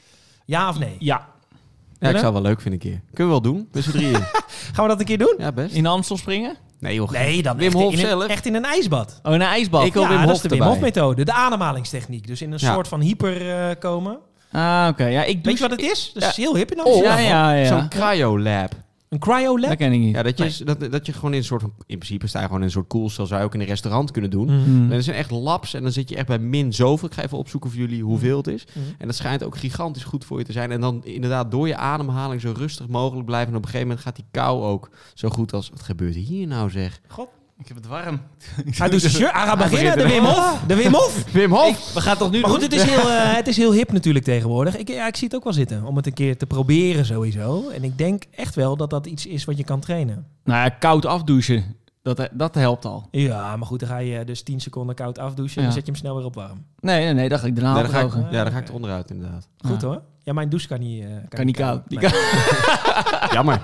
Ja of nee? Ja, Ja, ik Willem? zou het wel leuk vinden een keer. Kunnen we wel doen, met z'n drieën. Gaan we dat een keer doen? Ja, best. in de Amstel springen? Nee joh. Nee, dan Wim echt, Hof in een, zelf? echt in een ijsbad. Oh, in een ijsbad. Ik wil ja, Wim dat Hof is de Wim erbij. Hof methode. De ademhalingstechniek. Dus in een Ja. soort van hyper eh, komen. Ah, oké. Ja, ik Weet je wat het is? Dat is Ja. heel hip in Oh, Amsterdam. Ja, ja, ja. Zo'n cryo-lab. Een cryolab? Dat ken ik niet. Ja, dat je, Nee. dat, dat je gewoon in een soort van... In principe sta je gewoon in een soort koelcel. Zou je ook in een restaurant kunnen doen. Mhm. Hmm. En er zijn echt labs en dan zit je echt bij min zoveel. Ik ga even opzoeken voor jullie hoeveel het is. Mhm. En dat schijnt ook gigantisch goed voor je te zijn. En dan inderdaad door je ademhaling zo rustig mogelijk blijven. En op een gegeven moment gaat die kou ook zo goed als... Wat gebeurt hier nou zeg? God. Ik heb het warm. Hij doet zijn shirt. Hij gaat beginnen. De Wim Hof. De Wim Hof. Wim Hof! Ik- we gaan toch nu Maar goed, doen? het is, heel, uh, het is heel hip natuurlijk tegenwoordig. Ik, ja, ik zie het ook wel zitten om het een keer te proberen sowieso. En ik denk echt wel dat dat iets is wat je kan trainen. Nou ja, koud afdouchen. Dat, dat helpt al. Ja, maar goed, dan ga je dus tien seconden koud afdouchen en Ja. dan zet je hem snel weer op warm. Nee, nee, nee. Dat ga ik daarna Nee, dan ga ik, afdrogen. ja, dan ga ik er onderuit inderdaad. Goed Ja. hoor. Ja, mijn douche kan niet, uh, kan Kan niet koud. Die Nee. Jammer.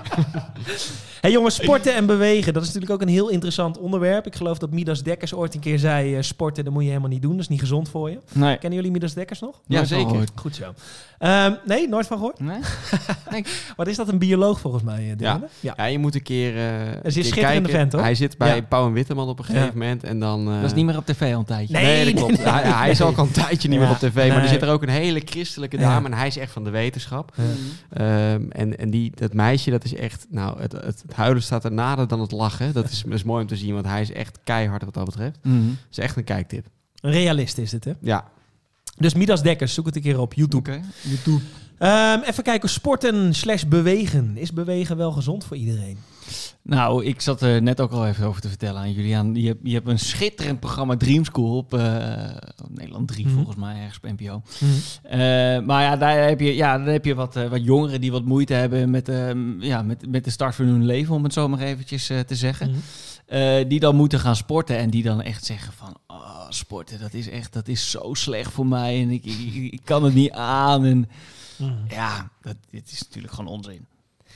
Hey jongens, sporten en bewegen, dat is natuurlijk ook een heel interessant onderwerp. Ik geloof dat Midas Dekkers ooit een keer zei, uh, sporten, dat moet je helemaal niet doen. Dat is niet gezond voor je. Nee. Kennen jullie Midas Dekkers nog? Ja, Nooit van zeker. gehoord. Goed zo. Um, nee, nooit van gehoord? Nee? Wat is dat, een bioloog volgens mij? Uh, Dylan? ja. Ja, je moet een keer, uh, een keer schitterende kijken. vent, hoor. Hij zit bij Ja. Pauw en Witteman op een gegeven Ja. moment. En dan, uh, Dat is niet meer op tv al een tijdje. Nee. Nee, dat klopt. nee, hij, hij is nee. al een tijdje niet Ja, meer op tv. Maar nee. er zit er ook een hele christelijke dame. En hij is echt van de wetenschap. Ja. Um, en en die, dat meisje, dat is echt... Nou, het, het, het huilen staat er nader dan het lachen. Dat is, dat is mooi om te zien. Want hij is echt keihard wat dat betreft. Mhm. Dat is echt een kijktip. Een realist is het, hè? Ja. Dus Midas Dekkers, zoek het een keer op YouTube. Oké. YouTube. Um, even kijken, sporten slash bewegen. Is bewegen wel gezond voor iedereen? Nou, ik zat er net ook al even over te vertellen aan Juliaan. Je hebt, je hebt een schitterend programma Dream School op, uh, op Nederland drie, Mhm. volgens mij, ergens op N P O. Uh, maar ja, daar heb je, ja, dan heb je wat, uh, wat jongeren die wat moeite hebben met, uh, ja, met, met de start van hun leven, om het zo maar eventjes uh, te zeggen. Mhm. Uh, die dan moeten gaan sporten en die dan echt zeggen van... Oh, sporten, dat is echt, dat is zo slecht voor mij en ik, ik, ik kan het niet aan. En Mhm. ja, dat, dit is natuurlijk gewoon onzin.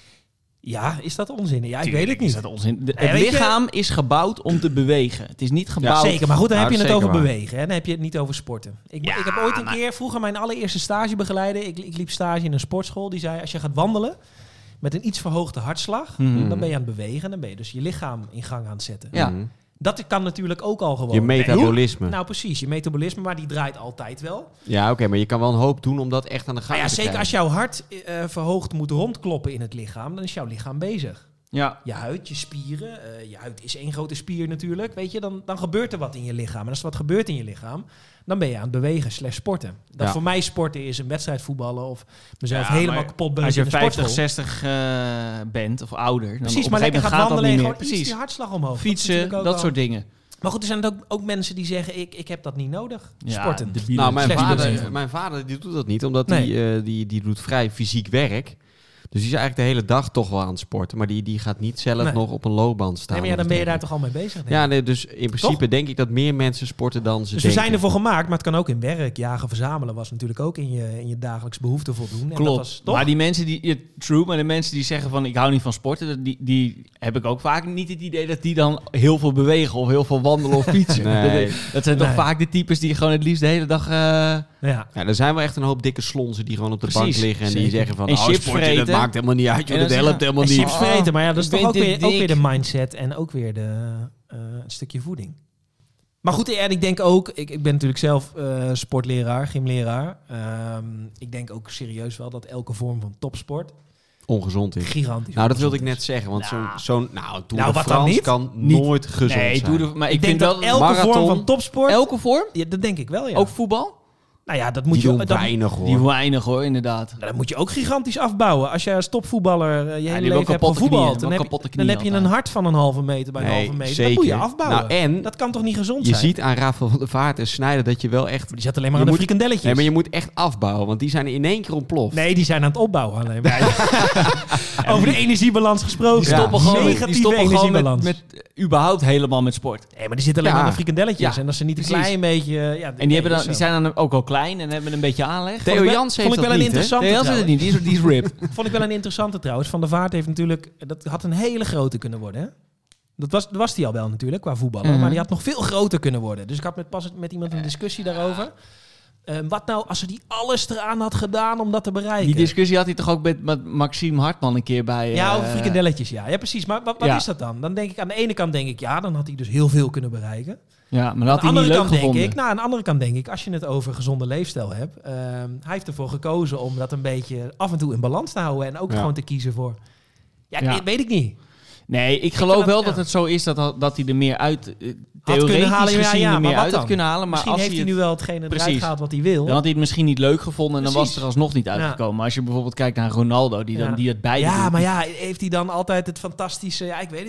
Ja, is dat onzin? Ja, ik Tuurlijk weet het niet. Is dat onzin. De- Nee, het weet je- lichaam is gebouwd om te bewegen. Het is niet gebouwd... Zeker, maar goed, dan Nou, heb je dat het is over zeker waar. bewegen. Hè? Dan heb je het niet over sporten. Ik, Ja, ik heb ooit een maar- keer, vroeger mijn allereerste stagebegeleider, ik, ik liep stage in een sportschool, die zei, als je gaat wandelen met een iets verhoogde hartslag, Mhm. dan ben je aan het bewegen, dan ben je dus je lichaam in gang aan het zetten. Ja. Mhm. Dat kan natuurlijk ook al gewoon. Je metabolisme. Nou precies, je metabolisme, maar die draait altijd wel. Ja, oké, okay, maar je kan wel een hoop doen om dat echt aan de gang Maar ja, te zeker krijgen. als jouw hart uh, verhoogd moet rondkloppen in het lichaam, dan is jouw lichaam bezig. Ja. Je huid, je spieren, uh, je huid is één grote spier natuurlijk, weet je, dan, dan gebeurt er wat in je lichaam. En als er wat gebeurt in je lichaam, dan ben je aan het bewegen slash sporten. Dat Ja. voor mij sporten is een wedstrijd voetballen of mezelf Ja, helemaal maar kapot Als beuken je in de vijftig, sportschool. zestig uh, bent of ouder... Dan Precies, op maar een lekker gegeven gaat moment wandelen en gaat dat gewoon niet iets meer. die hartslag omhoog. Fietsen, natuurlijk dat, ook wel- soort dingen. Maar goed, er zijn ook, ook mensen die zeggen, ik, ik heb dat niet nodig, Ja, sporten. debielen. Nou, mijn Slecht vader, bewegen. mijn vader die doet dat niet, omdat Nee. die, uh, die, die doet vrij fysiek werk. Dus die is eigenlijk de hele dag toch wel aan het sporten. Maar die, die gaat niet zelf Nee. nog op een loopband staan. Nee, maar ja, dan of ben je zo. daar toch al mee bezig. denk ik. Ja, nee, dus in principe Toch? denk ik dat meer mensen sporten dan ze Dus we denken. zijn ervoor gemaakt, maar het kan ook in werk. Jagen, verzamelen was natuurlijk ook in je, in je dagelijks behoefte voldoen. En dat Klopt. was, toch? Maar die mensen die... ja, true, maar de mensen die zeggen van ik hou niet van sporten... Die, die heb ik ook vaak niet het idee dat die dan heel veel bewegen... of heel veel wandelen of fietsen. Nee. Dat, dat zijn toch Nee. vaak de types die gewoon het liefst de hele dag... uh, Ja. Ja, er zijn wel echt een hoop dikke slonzen die gewoon op de Precies, bank liggen. En die zeker. zeggen van, En oh, chips sporten, dat vreten. maakt helemaal niet uit. Joh, En dat dan helpt zeggen- helemaal En niet. chips Oh, vreten, maar ja, dat is ik toch ben ook te weer, ook weer de dik. mindset en ook weer de, uh, een stukje voeding. Maar goed, en ik denk ook, ik, ik ben natuurlijk zelf uh, sportleraar, gymleraar. Um, ik denk ook serieus wel dat elke vorm van topsport Ongezond is. gigantisch Nou, dat wilde ongezond ik net is. zeggen. Want Nou. zo'n, zo'n, nou, Tour Nou, de wat dan France niet? kan Niet. nooit gezond nee, zijn. doe de, maar ik, Ik denk vind dat wel... elke marathon- vorm van topsport... Elke vorm? Ja, dat denk ik wel, ja. Ook voetbal? Nou ja, dat moet Die je... doen dat, weinig hoor. Die weinig hoor, inderdaad. Nou, dat moet je ook gigantisch afbouwen. Als je als topvoetballer uh, je hele hebben leven wel hebt kapotte gevoetbald, knieën, dan, wel heb, kapotte je, dan knieën heb je een altijd. hart van een halve meter bij een Nee, halve meter. zeker. Dat moet je afbouwen. Nou, en dat kan toch niet gezond je zijn? ziet aan Rafael van der Vaart en Snijder dat je wel echt... Maar die zat alleen maar Je aan de moet- frikandelletjes. Nee, maar je moet echt afbouwen, want die zijn in één keer ontploft. Nee, die zijn aan het opbouwen alleen maar. Over de energiebalans gesproken. Die stoppen Ja. gewoon, met, die Negatieve stoppen gewoon met, energiebalans. met uh, überhaupt helemaal met sport. Nee, maar die zitten alleen Ja. maar aan de frikandelletjes. Ja, En als ze niet een precies. klein beetje... uh, Ja, En die, hebben dan, die zijn dan ook al klein en hebben een beetje aanleg. Theo Vond ik wel- Jans vond heeft ik wel dat een niet, hè? interessante Nee, dat is het trouwens. niet. Die is, die is ripped. Vond ik wel een interessante trouwens. Van der Vaart heeft natuurlijk... Dat had een hele grote kunnen worden, hè? Dat was, dat was die al wel natuurlijk, qua voetballer. Mhm. Maar die had nog veel groter kunnen worden. Dus ik had met, pas met iemand een discussie daarover. Uh, wat nou als ze die alles eraan had gedaan om dat te bereiken? Die discussie had hij toch ook met, met Maxime Hartman een keer bij... Ja, uh, over frikandelletjes, ja. Ja, precies. Maar wat, wat Ja. is dat dan? Dan denk ik, aan de ene kant denk ik, ja, dan had hij dus heel veel kunnen bereiken. Ja, maar dat Aan had de hij niet andere leuk kant denk gevonden. ik, nou, aan de andere kant denk ik, als je het over gezonde leefstijl hebt, uh, hij heeft ervoor gekozen om dat een beetje af en toe in balans te houden en ook Ja. gewoon te kiezen voor. Ja, Ja. ik- weet ik niet. Nee, ik geloof vind wel dat- dat ja. het zo is dat, dat hij er meer uit... uh, kunnen theoretisch halen, ja, gezien ja, er maar meer wat uit had dan? kunnen halen. Maar Misschien als heeft hij het, nu wel hetgene eruit Precies. gehaald wat hij wil. dan had hij het misschien niet leuk gevonden en dan was Precies. het er alsnog niet uitgekomen. Maar als je bijvoorbeeld kijkt naar Ronaldo, die, dan, Ja. die het beide Ja, doet. maar ja, heeft hij dan altijd het fantastische... Ja, ik weet het niet.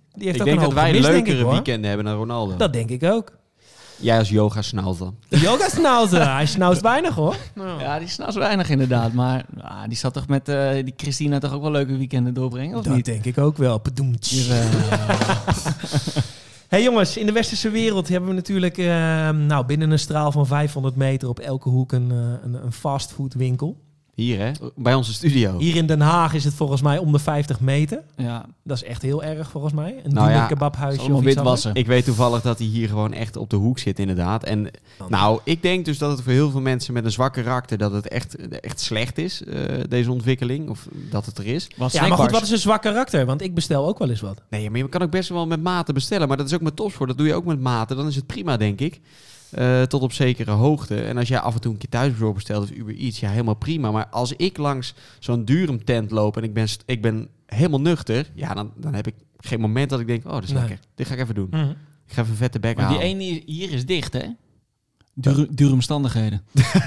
Die heeft Ik ook denk een dat hoop wij gemist, denk leukere ik, hoor. weekenden hebben dan Ronaldo. Dat denk ik ook. Jij als yoga snauwt dan. Yoga snauzen. Hij snauzt weinig, hoor. Nou. Ja, die is nou zo weinig inderdaad. Maar ah, die zat toch met uh, die Christina toch ook wel leuke weekenden doorbrengen, of Dat niet? denk ik ook wel. Padoemtsch. Hier, uh, Hey jongens, in de westerse wereld hebben we natuurlijk uh, nou, binnen een straal van vijfhonderd meter op elke hoek een, uh, een, een fastfoodwinkel. Hier hè, bij onze studio. Hier in Den Haag is het volgens mij om de vijftig meter. ja, Dat is echt heel erg volgens mij. Een Nou nou ja, kebabhuisje allemaal of iets wit anders. wassen. Ik weet toevallig dat hij hier gewoon echt op de hoek zit inderdaad. En nou, ik denk dus dat het voor heel veel mensen met een zwak karakter... dat het echt, echt slecht is, uh, deze ontwikkeling. Of dat het er is. was Ja, maar goed, wat is een zwak karakter? Want ik bestel ook wel eens wat. Nee, maar je kan ook best wel met maten bestellen. Maar dat is ook met topsport. Dat doe je ook met maten. Dan is het prima, denk ik. Uh, tot op zekere hoogte. En als jij af en toe een keer thuisbezorgd bestelt of Uber Eats, ja, helemaal prima. Maar als ik langs zo'n Durum tent loop en ik ben, st- ik ben helemaal nuchter, ja, dan, dan heb ik geen moment dat ik denk, oh, dat is Nee. lekker. Dit ga ik even doen. Mm. Ik ga even een vette bek Maar die halen. ene hier is dicht, hè? Dure, dure omstandigheden.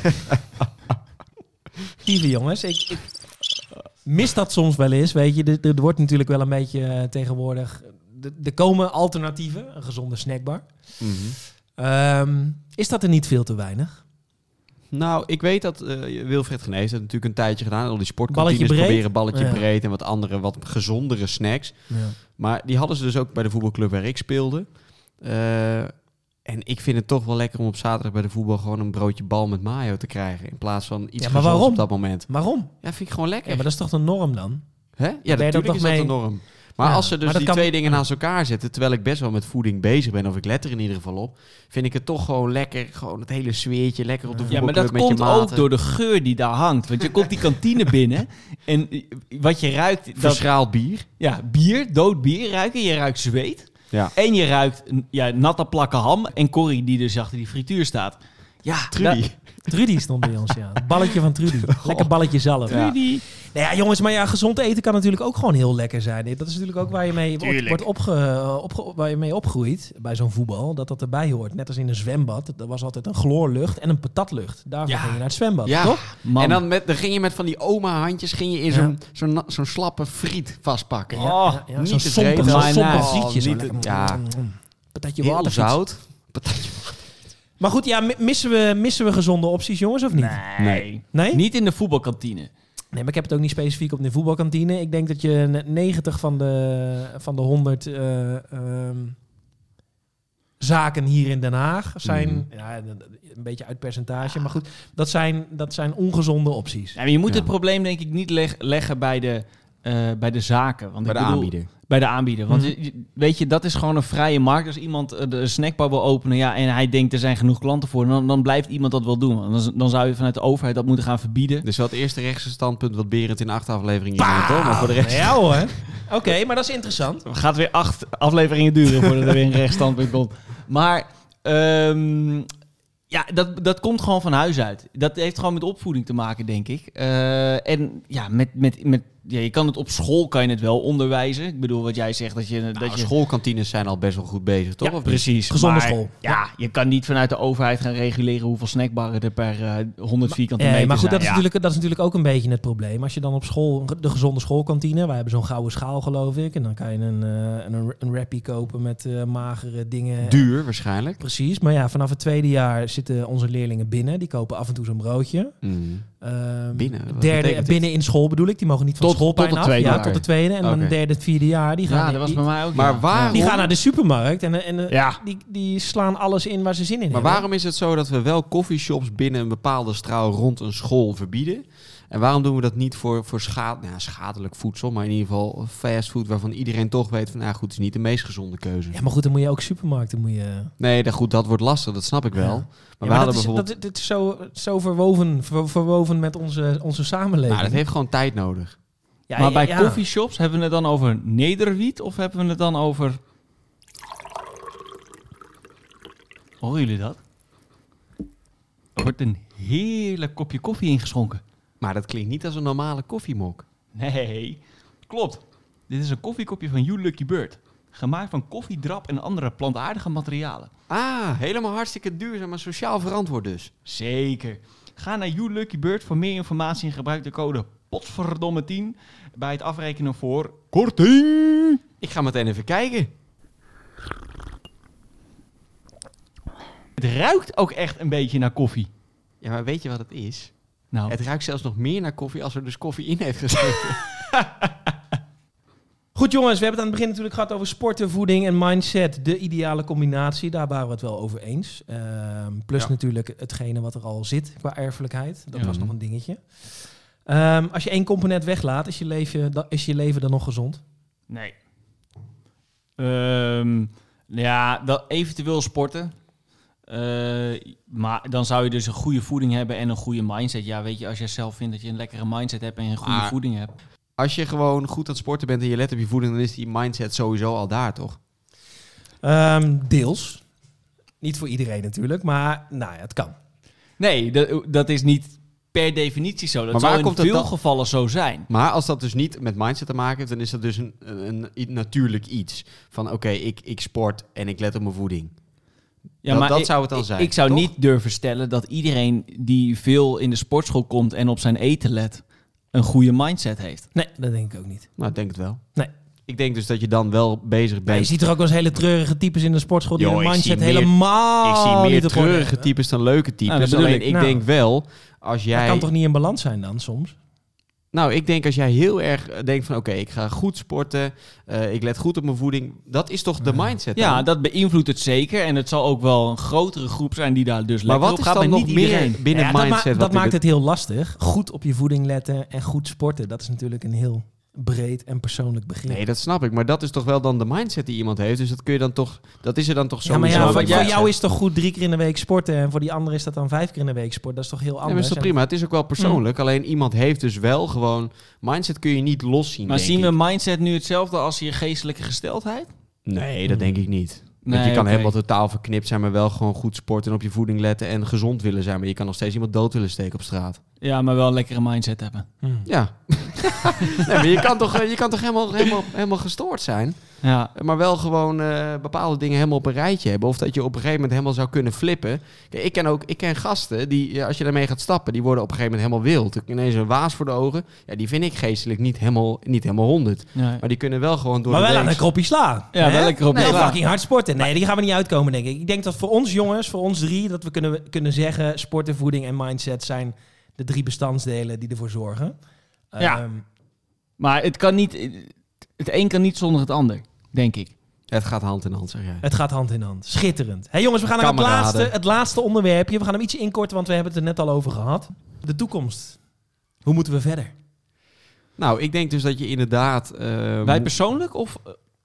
Lieve jongens, ik, ik mis dat soms wel eens. Weet je, er, er wordt natuurlijk wel een beetje uh, tegenwoordig... Er, er komen alternatieven, een gezonde snackbar. Mhm. Um, is dat er niet veel te weinig? Nou, ik weet dat uh, Wilfred Genees dat natuurlijk een tijdje gedaan. Al die sportkantines Balletje breed? proberen balletje Ja. breed en wat andere, wat gezondere snacks. Ja. Maar die hadden ze dus ook bij de voetbalclub waar ik speelde. Uh, en ik vind het toch wel lekker om op zaterdag bij de voetbal gewoon een broodje bal met mayo te krijgen. In plaats van iets Ja, maar gezonds waarom? op dat moment. Waarom? Ja, vind ik gewoon lekker. Ja, maar dat is toch de norm dan? Hè? Ben je Ja, dat natuurlijk toch is dat mee- de norm. Maar Ja, als ze dus maar dat die kan- twee dingen naast elkaar zetten, terwijl ik best wel met voeding bezig ben, of ik let er in ieder geval op, vind ik het toch gewoon lekker, gewoon het hele sfeertje, lekker op de Ja, voetbalclub maar dat met komt je maten. ook door de geur die daar hangt. Want je komt die kantine binnen en wat je ruikt... Dat, Verschraald bier. ja, bier, dood bier ruiken. Je ruikt zweet. Ja. En je ruikt ja, natte plakken ham en Corrie die dus achter die frituur staat. Ja, Trudy. da- Trudy stond bij ons, ja. Het balletje van Trudy. Lekker balletje zelf. Ja. Trudy. Nou ja, jongens, maar ja, gezond eten kan natuurlijk ook gewoon heel lekker zijn. Dat is natuurlijk ook waar je mee wordt, Tuurlijk. wordt opge, opge, waar je mee opgroeit bij zo'n voetbal. Dat dat erbij hoort. Net als in een zwembad. Er was altijd een chloorlucht en een patatlucht. Daarvoor Ja. ging je naar het zwembad, Ja. toch? Man. En dan, met, dan ging je met van die oma-handjes ging je in Ja. zo'n, zo'n, na- zo'n slappe friet vastpakken. Oh, ja, ja, niet zo'n te sompig, vreten. zo'n Mayonaise. sompig frietje. Zo Niet te- lekker. ja. Mm, patatje Heel water. zout. Patatje. Maar goed, ja, mi- missen we, missen we gezonde opties, jongens, of niet? Nee. Nee? Niet in de voetbalkantine. Nee, maar ik heb het ook niet specifiek op de voetbalkantine. Ik denk dat je negentig van de, van de honderd uh, um, zaken hier in Den Haag zijn... Mm. Ja, een beetje uit percentage, maar goed. Dat zijn, dat zijn ongezonde opties. Ja, maar je moet Ja. het probleem denk ik niet leg- leggen bij de, uh, bij de zaken. Want Bij ik de bedoel, aanbieder. Bij de aanbieder. Want Mhm. je- je- weet je, dat is gewoon een vrije markt. Als iemand uh, de snackbar wil openen ja, en hij denkt er zijn genoeg klanten voor... dan, dan blijft iemand dat wel doen. Want Dan, dan zou je vanuit de overheid dat moeten gaan verbieden. Dus wel het eerste rechtse standpunt wat Berend in acht afleveringen zei, toch? Maar voor de rest... Ja hoor. Oké, okay, maar dat is interessant. Het gaat weer acht afleveringen duren voordat er weer een rechtsstandpunt komt. Maar um, ja, dat, dat komt gewoon van huis uit. Dat heeft gewoon met opvoeding te maken, denk ik. Uh, en ja, met, met, met, ja, je kan het op school kan je het wel onderwijzen. Ik bedoel, wat jij zegt, dat je... Nou, dat je schoolkantines zijn al best wel goed bezig, toch? Ja, Of niet? precies. Gezonde Maar, school. Ja, je kan niet vanuit de overheid gaan reguleren hoeveel snackbarren er per uh, honderd vierkante meter Nee, maar goed, zijn. dat is, Ja. natuurlijk, dat is natuurlijk ook een beetje het probleem. Als je dan op school, de gezonde schoolkantine, wij hebben zo'n gouden schaal geloof ik. En dan kan je een, uh, een, een wrappie kopen met uh, magere dingen. Duur waarschijnlijk. Precies, maar ja, vanaf het tweede jaar zitten onze leerlingen binnen. Die kopen af en toe zo'n broodje. Mm. Um, Binnen? Wat Derde, betekent dit? binnen in school bedoel ik. Die mogen niet van Tot- schoolpijn tot de af. tweede Ja, jaar. tot de tweede. En dan Oké. derde, het vierde jaar. Die gaan, Ja, dat was die, bij mij ook. Maar ja. waarom- die gaan naar de supermarkt. En, en Ja. die, die slaan alles in waar ze zin in Maar hebben. waarom is het zo dat we wel coffeeshops binnen een bepaalde straal rond een school verbieden? En waarom doen we dat niet voor, voor schade, nou, schadelijk voedsel, maar in ieder geval fastfood waarvan iedereen toch weet van, nou goed, het is niet de meest gezonde keuze. Ja, maar goed, dan moet je ook supermarkten. Moet je... Nee, dat, goed, dat wordt lastig, dat snap ik wel. Ja. Maar, Ja, we maar hadden dat is, bijvoorbeeld... dat, dit is zo, zo verwoven, ver- verwoven met onze, onze samenleving. Nou, dat heeft gewoon tijd nodig. Ja, maar bij ja. coffeeshops hebben we het dan over nederwiet of hebben we het dan over... Horen jullie dat? Er wordt een heerlijk kopje koffie ingeschonken. Maar dat klinkt niet als een normale koffiemok. Nee, klopt. Dit is een koffiekopje van You Lucky Bird. Gemaakt van koffiedrap en andere plantaardige materialen. Ah, helemaal hartstikke duurzaam en sociaal verantwoord dus. Zeker. Ga naar You Lucky Bird voor meer informatie en gebruik de code potverdomme tien bij het afrekenen voor korting. Ik ga meteen even kijken. Het ruikt ook echt een beetje naar koffie. Ja, maar weet je wat het is? Nou, Het ruikt zelfs nog meer naar koffie als er dus koffie in heeft gezeten. Goed jongens, we hebben het aan het begin natuurlijk gehad over sporten, voeding en mindset. De ideale combinatie, daar waren we het wel over eens. Ehm, plus Ja. natuurlijk hetgene wat er al zit qua erfelijkheid. Dat Ja. was nog een dingetje. Ehm, als je één component weglaat, is je leven, da- is je leven dan nog gezond? nee. Ehm, ja, dat eventueel sporten. Uh, maar dan zou je dus een goede voeding hebben en een goede mindset. Ja, weet je, als jij zelf vindt dat je een lekkere mindset hebt en een goede Maar- voeding hebt. Als je gewoon goed aan het sporten bent en je let op je voeding, dan is die mindset sowieso al daar, toch? Ehm, deels. Niet voor iedereen natuurlijk, maar nou ja, het kan. Nee, dat, dat is niet per definitie zo. Dat Maar zal waar in komt het veel dan- gevallen zo zijn. Maar als dat dus niet met mindset te maken heeft, dan is dat dus een, een, een natuurlijk iets. Van oké, ik, ik sport en ik let op mijn voeding. Ja, Dat- maar dat ik, zou het dan ik- zijn, Ik zou toch? niet durven stellen dat iedereen die veel in de sportschool komt en op zijn eten let, een goede mindset heeft. Nee, dat denk ik ook niet. Nou, ik denk het wel. Nee. Ik denk dus dat je dan wel bezig Maar je bent. ziet er ook wel eens hele treurige types in de sportschool die Yo, hun ik mindset zie meer- helemaal ik zie meer niet op orde treurige hebben. types dan leuke types. Nou, dat bedoel Alleen ik. ik Nou. denk wel, als jij... Dat kan toch niet in balans zijn dan soms? Nou, ik denk als jij heel erg eh, denkt van... oké, ik ga goed sporten, eh, ik let goed op mijn voeding. Dat is toch de mindset Ja, dan? dat beïnvloedt het zeker. En het zal ook wel een grotere groep zijn die daar dus Maar lekker wat op is gaat. dan Maar nog niet meer iedereen. binnen Ja, dat mindset? ma- wat dat in maakt de- het heel lastig. Goed op je voeding letten en goed sporten. Dat is natuurlijk een heel breed en persoonlijk begrip. Nee, dat snap ik. Maar dat is toch wel dan de mindset die iemand heeft. Dus dat kun je dan toch... Dat is er dan toch ja, maar sowieso. ja, maar voor, wat voor jij- jou is het toch goed drie keer in de week sporten en voor die andere is dat dan vijf keer in de week sport. Dat is toch heel Ja, maar anders. is toch En- prima. Het is ook wel persoonlijk. Alleen iemand heeft dus wel gewoon... Mindset kun je niet loszien, Maar denk zien we ik. mindset nu hetzelfde als je geestelijke gesteldheid? Nee, dat denk ik niet. Want Nee, je kan oké. helemaal totaal verknipt zijn, maar wel gewoon goed sporten en op je voeding letten en gezond willen zijn. Maar je kan nog steeds iemand dood willen steken op straat. Ja, maar wel een lekkere mindset hebben. Hm. Ja. Nee, maar je kan toch, eh, je kan toch helemaal, helemaal, helemaal gestoord zijn. Ja, Maar wel gewoon eh, bepaalde dingen helemaal op een rijtje hebben. Of dat je op een gegeven moment helemaal zou kunnen flippen. Kijk, ik ken ook ik ken gasten die, ja, als je daarmee gaat stappen, die worden op een gegeven moment helemaal wild. Ik ineens een waas voor de ogen. Ja, die vind ik geestelijk niet helemaal, niet helemaal honderd. nee. Maar die kunnen wel gewoon door Maar de wel aan week- een kroppie slaan. Ja, hè? wel een kroppie Nee, slaan. fucking hard sporten. Nee, die gaan we niet uitkomen, denk ik. Ik denk dat voor ons jongens, voor ons drie, dat we kunnen, kunnen zeggen... sporten, voeding en mindset zijn de drie bestandsdelen die ervoor zorgen. Ja. Ehm, Maar het kan niet... Het een kan niet zonder het ander, denk ik. Het gaat hand in hand, zeg jij. Het gaat hand in hand. Schitterend. Hey jongens, we gaan naar het Kameraden. laatste, het laatste onderwerpje. We gaan hem ietsje inkorten, want we hebben het er net al over gehad. De toekomst. Hoe moeten we verder? Nou, ik denk dus dat je inderdaad... eh, Wij mo- persoonlijk of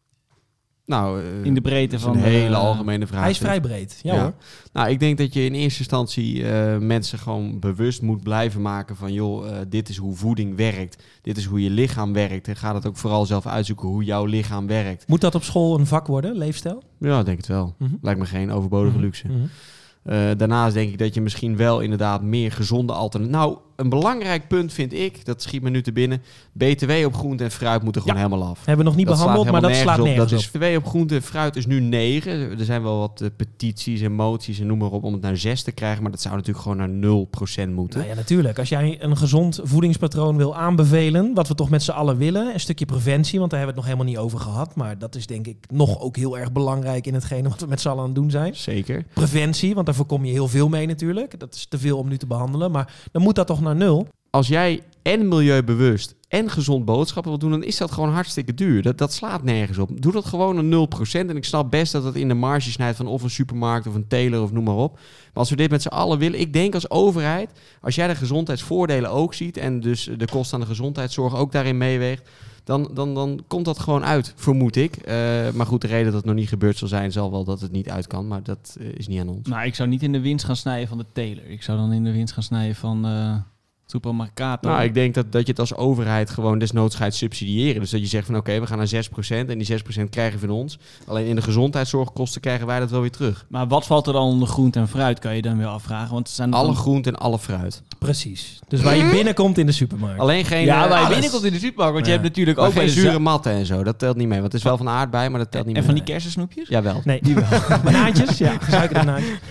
nou, eh, in de breedte dat is van... een de- hele algemene vraag. Hij is vrij breed. Ja, Ja. hoor. Nou, ik denk dat je in eerste instantie eh, mensen gewoon bewust moet blijven maken van... joh, eh, dit is hoe voeding werkt. Dit is hoe je lichaam werkt. En ga dat ook vooral zelf uitzoeken hoe jouw lichaam werkt. Moet dat op school een vak worden, leefstijl? Ja, ik denk het wel. Mhm. Lijkt me geen overbodige luxe. Mhm. Eh, daarnaast denk ik dat je misschien wel inderdaad meer gezonde alternatieven... Nou, een belangrijk punt vind ik, dat schiet me nu te binnen... B T W op groente en fruit moeten gewoon Ja. helemaal af. Hebben we nog niet Dat behandeld, slaat maar dat helemaal slaat nergens op. op. Dat is B T W op groente en fruit is nu negen. Er zijn wel wat eh, petities en moties en noem maar op om het naar zes te krijgen. Maar dat zou natuurlijk gewoon naar nul procent moeten. Nou ja, natuurlijk. Als jij een gezond voedingspatroon wil aanbevelen, wat we toch met z'n allen willen, een stukje preventie, want daar hebben we het nog helemaal niet over gehad, maar dat is denk ik nog ook heel erg belangrijk in hetgene wat we met z'n allen aan het doen zijn. Zeker. Preventie, want daar voorkom je heel veel mee natuurlijk. Dat is te veel om nu te behandelen, maar dan moet dat toch naar nul. Als jij en milieubewust en gezond boodschappen wil doen, dan is dat gewoon hartstikke duur. Dat, dat slaat nergens op. Doe dat gewoon naar nul procent. En ik snap best dat het in de marge snijdt van of een supermarkt of een teler of noem maar op. Maar als we dit met z'n allen willen, ik denk als overheid, als jij de gezondheidsvoordelen ook ziet en dus de kosten aan de gezondheidszorg ook daarin meeweegt, dan, dan, dan komt dat gewoon uit, vermoed ik. Uh, maar goed, de reden dat het nog niet gebeurd zal zijn, zal wel dat het niet uit kan. Maar dat uh, is niet aan ons. Nou, ik zou niet in de winst gaan snijden van de teler. Ik zou dan in de winst gaan snijden van uh, Supermercato. Nou, ik denk dat, dat je het als overheid gewoon desnoods gaat subsidiëren. Dus dat je zegt van oké, okay, we gaan naar zes procent en die zes procent krijgen van ons. Alleen in de gezondheidszorgkosten krijgen wij dat wel weer terug. Maar wat valt er dan onder groente en fruit, kan je dan weer afvragen? Want het zijn Alle dan... groente en alle fruit. Precies. Dus waar je binnenkomt in de supermarkt. Alleen geen... Ja, uh, waar je alles. binnenkomt in de supermarkt. Want Ja. je hebt natuurlijk Maar ook bij geen de zure za- matten en zo. Dat telt niet mee. Want het is wel van aardbei, maar dat telt niet En mee. van die kersensnoepjes? Jawel. Nee, die wel. Banaantjes? Ja, suikerde banaantjes.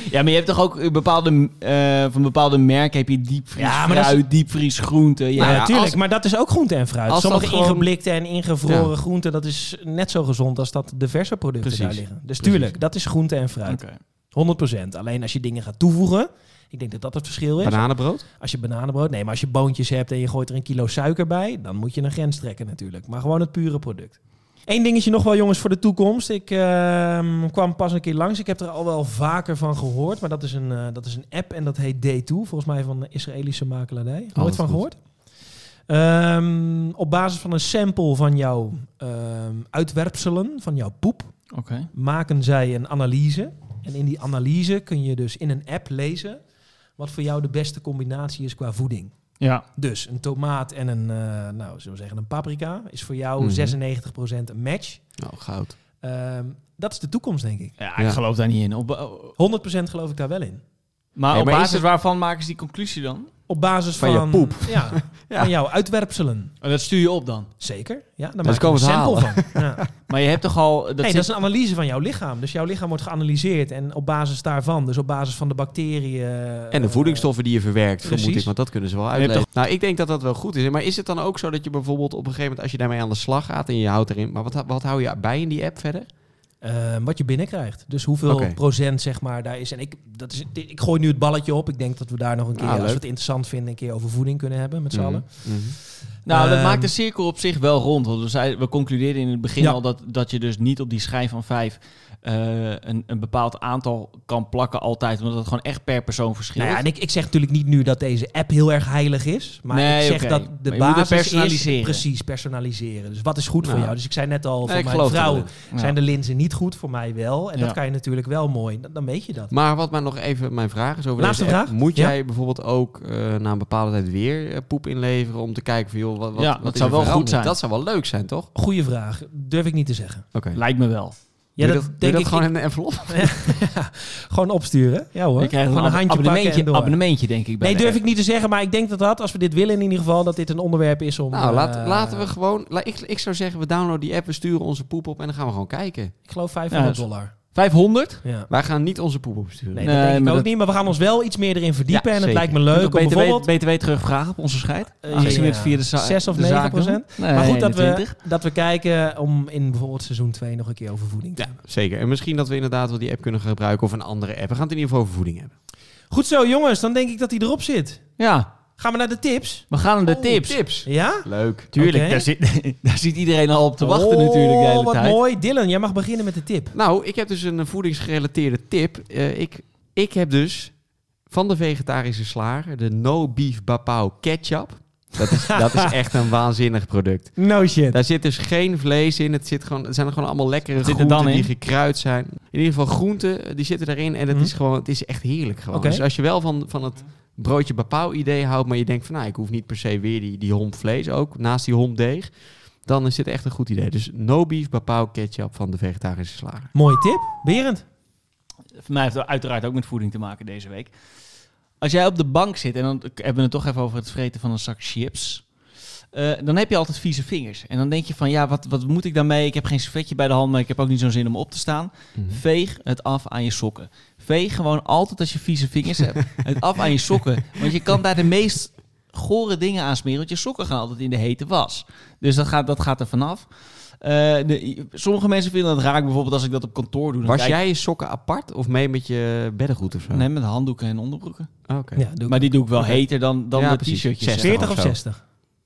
Ja, maar je hebt toch ook een bepaalde, uh, van bepaalde merken heb je diepvries Ja, maar dat is- fruit, diepvries groente. Ja, Ja, ja, natuurlijk. als- Maar dat is ook groente en fruit. als Sommige dat gewoon- ingeblikte en ingevroren Ja. groenten, dat is net zo gezond als dat de verse producten Precies. daar liggen. Dus Precies. tuurlijk, dat is groente en fruit. Oké. honderd procent. Alleen als je dingen gaat toevoegen, ik denk dat dat het verschil is. Bananenbrood? Als je bananenbrood, nee, maar als je boontjes hebt en je gooit er een kilo suiker bij, dan moet je een grens trekken natuurlijk. Maar gewoon het pure product. Eén dingetje nog wel, jongens, voor de toekomst. Ik uh, kwam pas een keer langs. Ik heb er al wel vaker van gehoord, maar dat is een, uh, dat is een app en dat heet Day two, volgens mij van de Israëlische makelaardij. Nooit Altijd van goed. gehoord? Um, op basis van een sample van jouw um, uitwerpselen, van jouw poep, Oké. maken zij een analyse. En in die analyse kun je dus in een app lezen wat voor jou de beste combinatie is qua voeding. Ja. Dus een tomaat en een, uh, nou, zullen we zeggen, een paprika is voor jou Mhm. zesennegentig procent een match. Nou, goud. Um, dat is de toekomst, denk ik. Ja, ik Ja. geloof daar niet in. Op, honderd procent geloof ik daar wel in. maar Hey, op maar is basis het- waarvan maken ze die conclusie dan? Op basis Van van, je poep. Ja, Ja. van jouw uitwerpselen. Oh, dat stuur je op dan. Zeker. Ja, daar Dus maak je komen een ze sample halen. van. Ja. Maar je hebt toch al... Dat Nee, zit- dat is een analyse van jouw lichaam. Dus jouw lichaam wordt geanalyseerd. En op basis daarvan, dus op basis van de bacteriën... En de eh, voedingsstoffen die je verwerkt, precies. vermoed ik. Want dat kunnen ze wel hebt uitleggen. Nou, ik denk dat dat wel goed is. Maar is het dan ook zo dat je bijvoorbeeld op een gegeven moment... als je daarmee aan de slag gaat en je houdt erin... Maar wat, wat hou je bij in die app verder? Uh, wat je binnenkrijgt. Dus hoeveel Oké. procent zeg maar daar is. En ik, dat is, ik gooi nu het balletje op. Ik denk dat we daar nog een keer, Ah, als leuk. we het interessant vinden, een keer over voeding kunnen hebben met z'n Mhm. allen. Mhm. Nou, dat Ehm, maakt de cirkel op zich wel rond. Want we, zei, we concludeerden in het begin Ja. al dat, dat je dus niet op die schijf van vijf uh, een, een bepaald aantal kan plakken altijd. Omdat het gewoon echt per persoon verschilt. Nou ja, en ik, ik zeg natuurlijk niet nu dat deze app heel erg heilig is. Maar Nee, ik zeg oké. dat de Maar je moet het basis personaliseren. is precies personaliseren. Dus wat is goed voor Nou. jou? Dus ik zei net al, Nee, voor ik mijn geloof vrouw erin. Ja. zijn de linzen niet goed, voor mij wel. En Ja. dat kan je natuurlijk wel mooi. Dan, dan weet je dat. Maar wat mij nog even mijn vraag is over Laatste deze app. vraag. Moet Ja. jij bijvoorbeeld ook uh, na een bepaalde tijd weer uh, poep inleveren... om te kijken van, joh, wat, wat, Ja, wat dat is zou er wel goed veranderd? zijn. Dat zou wel leuk zijn, toch? Goeie vraag. Durf ik niet te zeggen. Oké. Lijkt me wel. Ja, doe dat, je dat, doe denk je dat ik gewoon in een envelop? ja, gewoon opsturen. Ja hoor. Je krijgt Gewoon een een handje pakken abonnementje, en door. abonnementje, denk ik. Bij Nee, de durf app. ik niet te zeggen, maar ik denk dat dat, als we dit willen in ieder geval, dat dit een onderwerp is om... Nou, laat, eh, laten we gewoon... La, ik, ik zou zeggen, we downloaden die app, we sturen onze poep op... en dan gaan we gewoon kijken. Ik geloof vijfhonderd Ja, dollar. vijfhonderd? Ja. Wij gaan niet onze poep opsturen. Nee, Nee, dat denk ik maar ook dat- niet, maar we gaan ons wel iets meer erin verdiepen Ja, en het zeker. lijkt me Leuk leuk om B T W, bijvoorbeeld... B T W terugvragen op onze scheid. Eh, Aangezien we ja, het via de, za- zes of de negen zaak doen. procent. Nee, maar goed, dat we, eenentwintig. dat we kijken om in bijvoorbeeld seizoen twee nog een keer over voeding te Ja, hebben. zeker. En misschien dat we inderdaad wel die app kunnen gebruiken... of een andere app. We gaan het in ieder geval over voeding hebben. Goed zo, jongens, dan denk ik dat hij erop zit. Ja, Gaan we naar de tips? we gaan naar de Oh, tips. Tips. Ja? Leuk. Tuurlijk, Oké. daar, zit, daar zit iedereen al op te wachten Oh, natuurlijk de hele wat tijd. mooi. Dylan, jij mag beginnen met de tip. Nou, ik heb dus een voedingsgerelateerde tip. Uh, ik, ik heb dus van de vegetarische slager de No Beef Bapau ketchup. Dat is, dat is echt een waanzinnig product. No shit. Daar zit dus geen vlees in. Het, zit gewoon, het zijn gewoon allemaal lekkere Wat zit er groenten dan die in? gekruid zijn. In ieder geval groenten, die zitten erin. En het, Mhm. is, gewoon, het is echt heerlijk gewoon. Oké. Dus als je wel van, van het broodje Bapau idee houdt... maar je denkt van, nou, ik hoef niet per se weer die, die homp vlees ook... naast die homp deeg... dan is dit echt een goed idee. Dus No Beef Bapau ketchup van de vegetarische slager. Mooie tip. Berend. Voor mij heeft het uiteraard ook met voeding te maken deze week. Als jij op de bank zit, en dan hebben we het toch even over het vreten van een zak chips... Uh, dan heb je altijd vieze vingers. En dan denk je van, ja, wat, wat moet ik daarmee? Ik heb geen servetje bij de hand, maar ik heb ook niet zo'n zin om op te staan. Mhm. Veeg het af aan je sokken. Veeg gewoon altijd als je vieze vingers hebt, het af aan je sokken. Want je kan daar de meest gore dingen aan smeren, want je sokken gaan altijd in de hete was. Dus dat gaat, dat gaat er vanaf. Uh, de, sommige mensen vinden het raar, bijvoorbeeld als ik dat op kantoor doe. Dan Was kijk- jij je sokken apart of mee met je beddengoed of zo? Nee, met handdoeken en onderbroeken. Oh, Oké. Ja, doe ik. Maar die doe ik wel Oké. heter dan, dan Ja, de precies. t-shirtjes. zestig. zeg. veertig of of zo. zestig?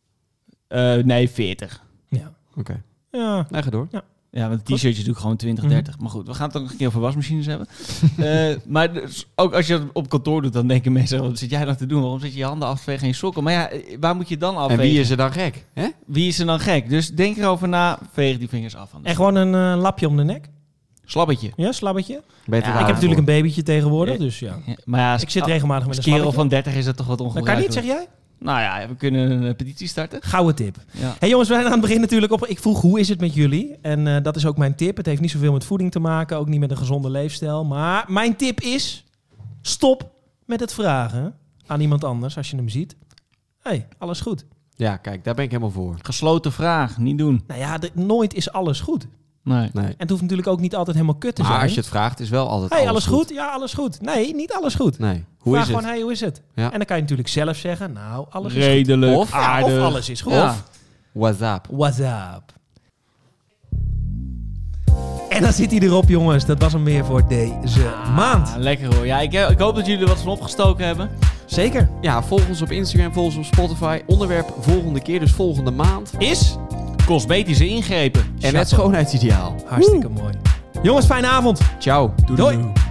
Uh, nee, veertig. Ja. Oké. Ja. Nee, ga door. Ja, met de t-shirtjes doe ik gewoon twintig, Mhm. dertig. Maar goed, we gaan het ook nog een keer over wasmachines hebben. uh, maar dus, ook als je dat op kantoor doet, dan denken mensen... wat zit jij dan te doen? Waarom zit je je handen af te vegen en je sokken? Maar ja, waar moet je dan En afvegen? wie is er dan gek? Hè? Wie is er dan gek? Dus denk erover na, veeg die vingers af. Van de En gewoon een uh, lapje om de nek. slabbetje. Ja, slabbetje. Beter Ja, ik heb natuurlijk een babytje tegenwoordig, Ja. dus ja. Ja, maar ja, Ik zit als regelmatig met een kerel slabbetje. van dertig is dat toch wat Dat ongebruikelijk. kan niet, zeg jij? Nou ja, we kunnen een uh, petitie starten. Gouden tip. Ja. Hey jongens, we zijn aan het begin natuurlijk op... Ik vroeg, hoe is het met jullie? En uh, dat is ook mijn tip. Het heeft niet zoveel met voeding te maken. Ook niet met een gezonde leefstijl. Maar mijn tip is... Stop met het vragen aan iemand anders als je hem ziet. Hey, alles goed? Ja, kijk, daar ben ik helemaal voor. Gesloten vraag, niet doen. Nou ja, de- nooit is alles goed. Nee. Nee. En het hoeft natuurlijk ook niet altijd helemaal kut te zijn. Maar als je het vraagt, is wel altijd Hey, alles, alles goed? Ja, alles goed. Nee, niet alles goed. Nee. Hoe Vraag is het? gewoon, hey, hoe is het? Ja. En dan kan je natuurlijk zelf zeggen, nou, alles is Redelijk, Of- goed. Ja, aardig. of alles is goed. Ja. Of WhatsApp. what's up? En dan zit hij erop, jongens. Dat was hem weer voor deze maand. Ah, lekker hoor. Ja, ik, ik hoop dat jullie er wat van opgestoken hebben. Zeker. Ja, volg ons op Instagram, volg ons op Spotify. Onderwerp volgende keer, dus volgende maand. Is Cosmetische ingrepen. En het schoonheidsideaal. hartstikke mooi. Jongens, fijne avond. Ciao. Doei.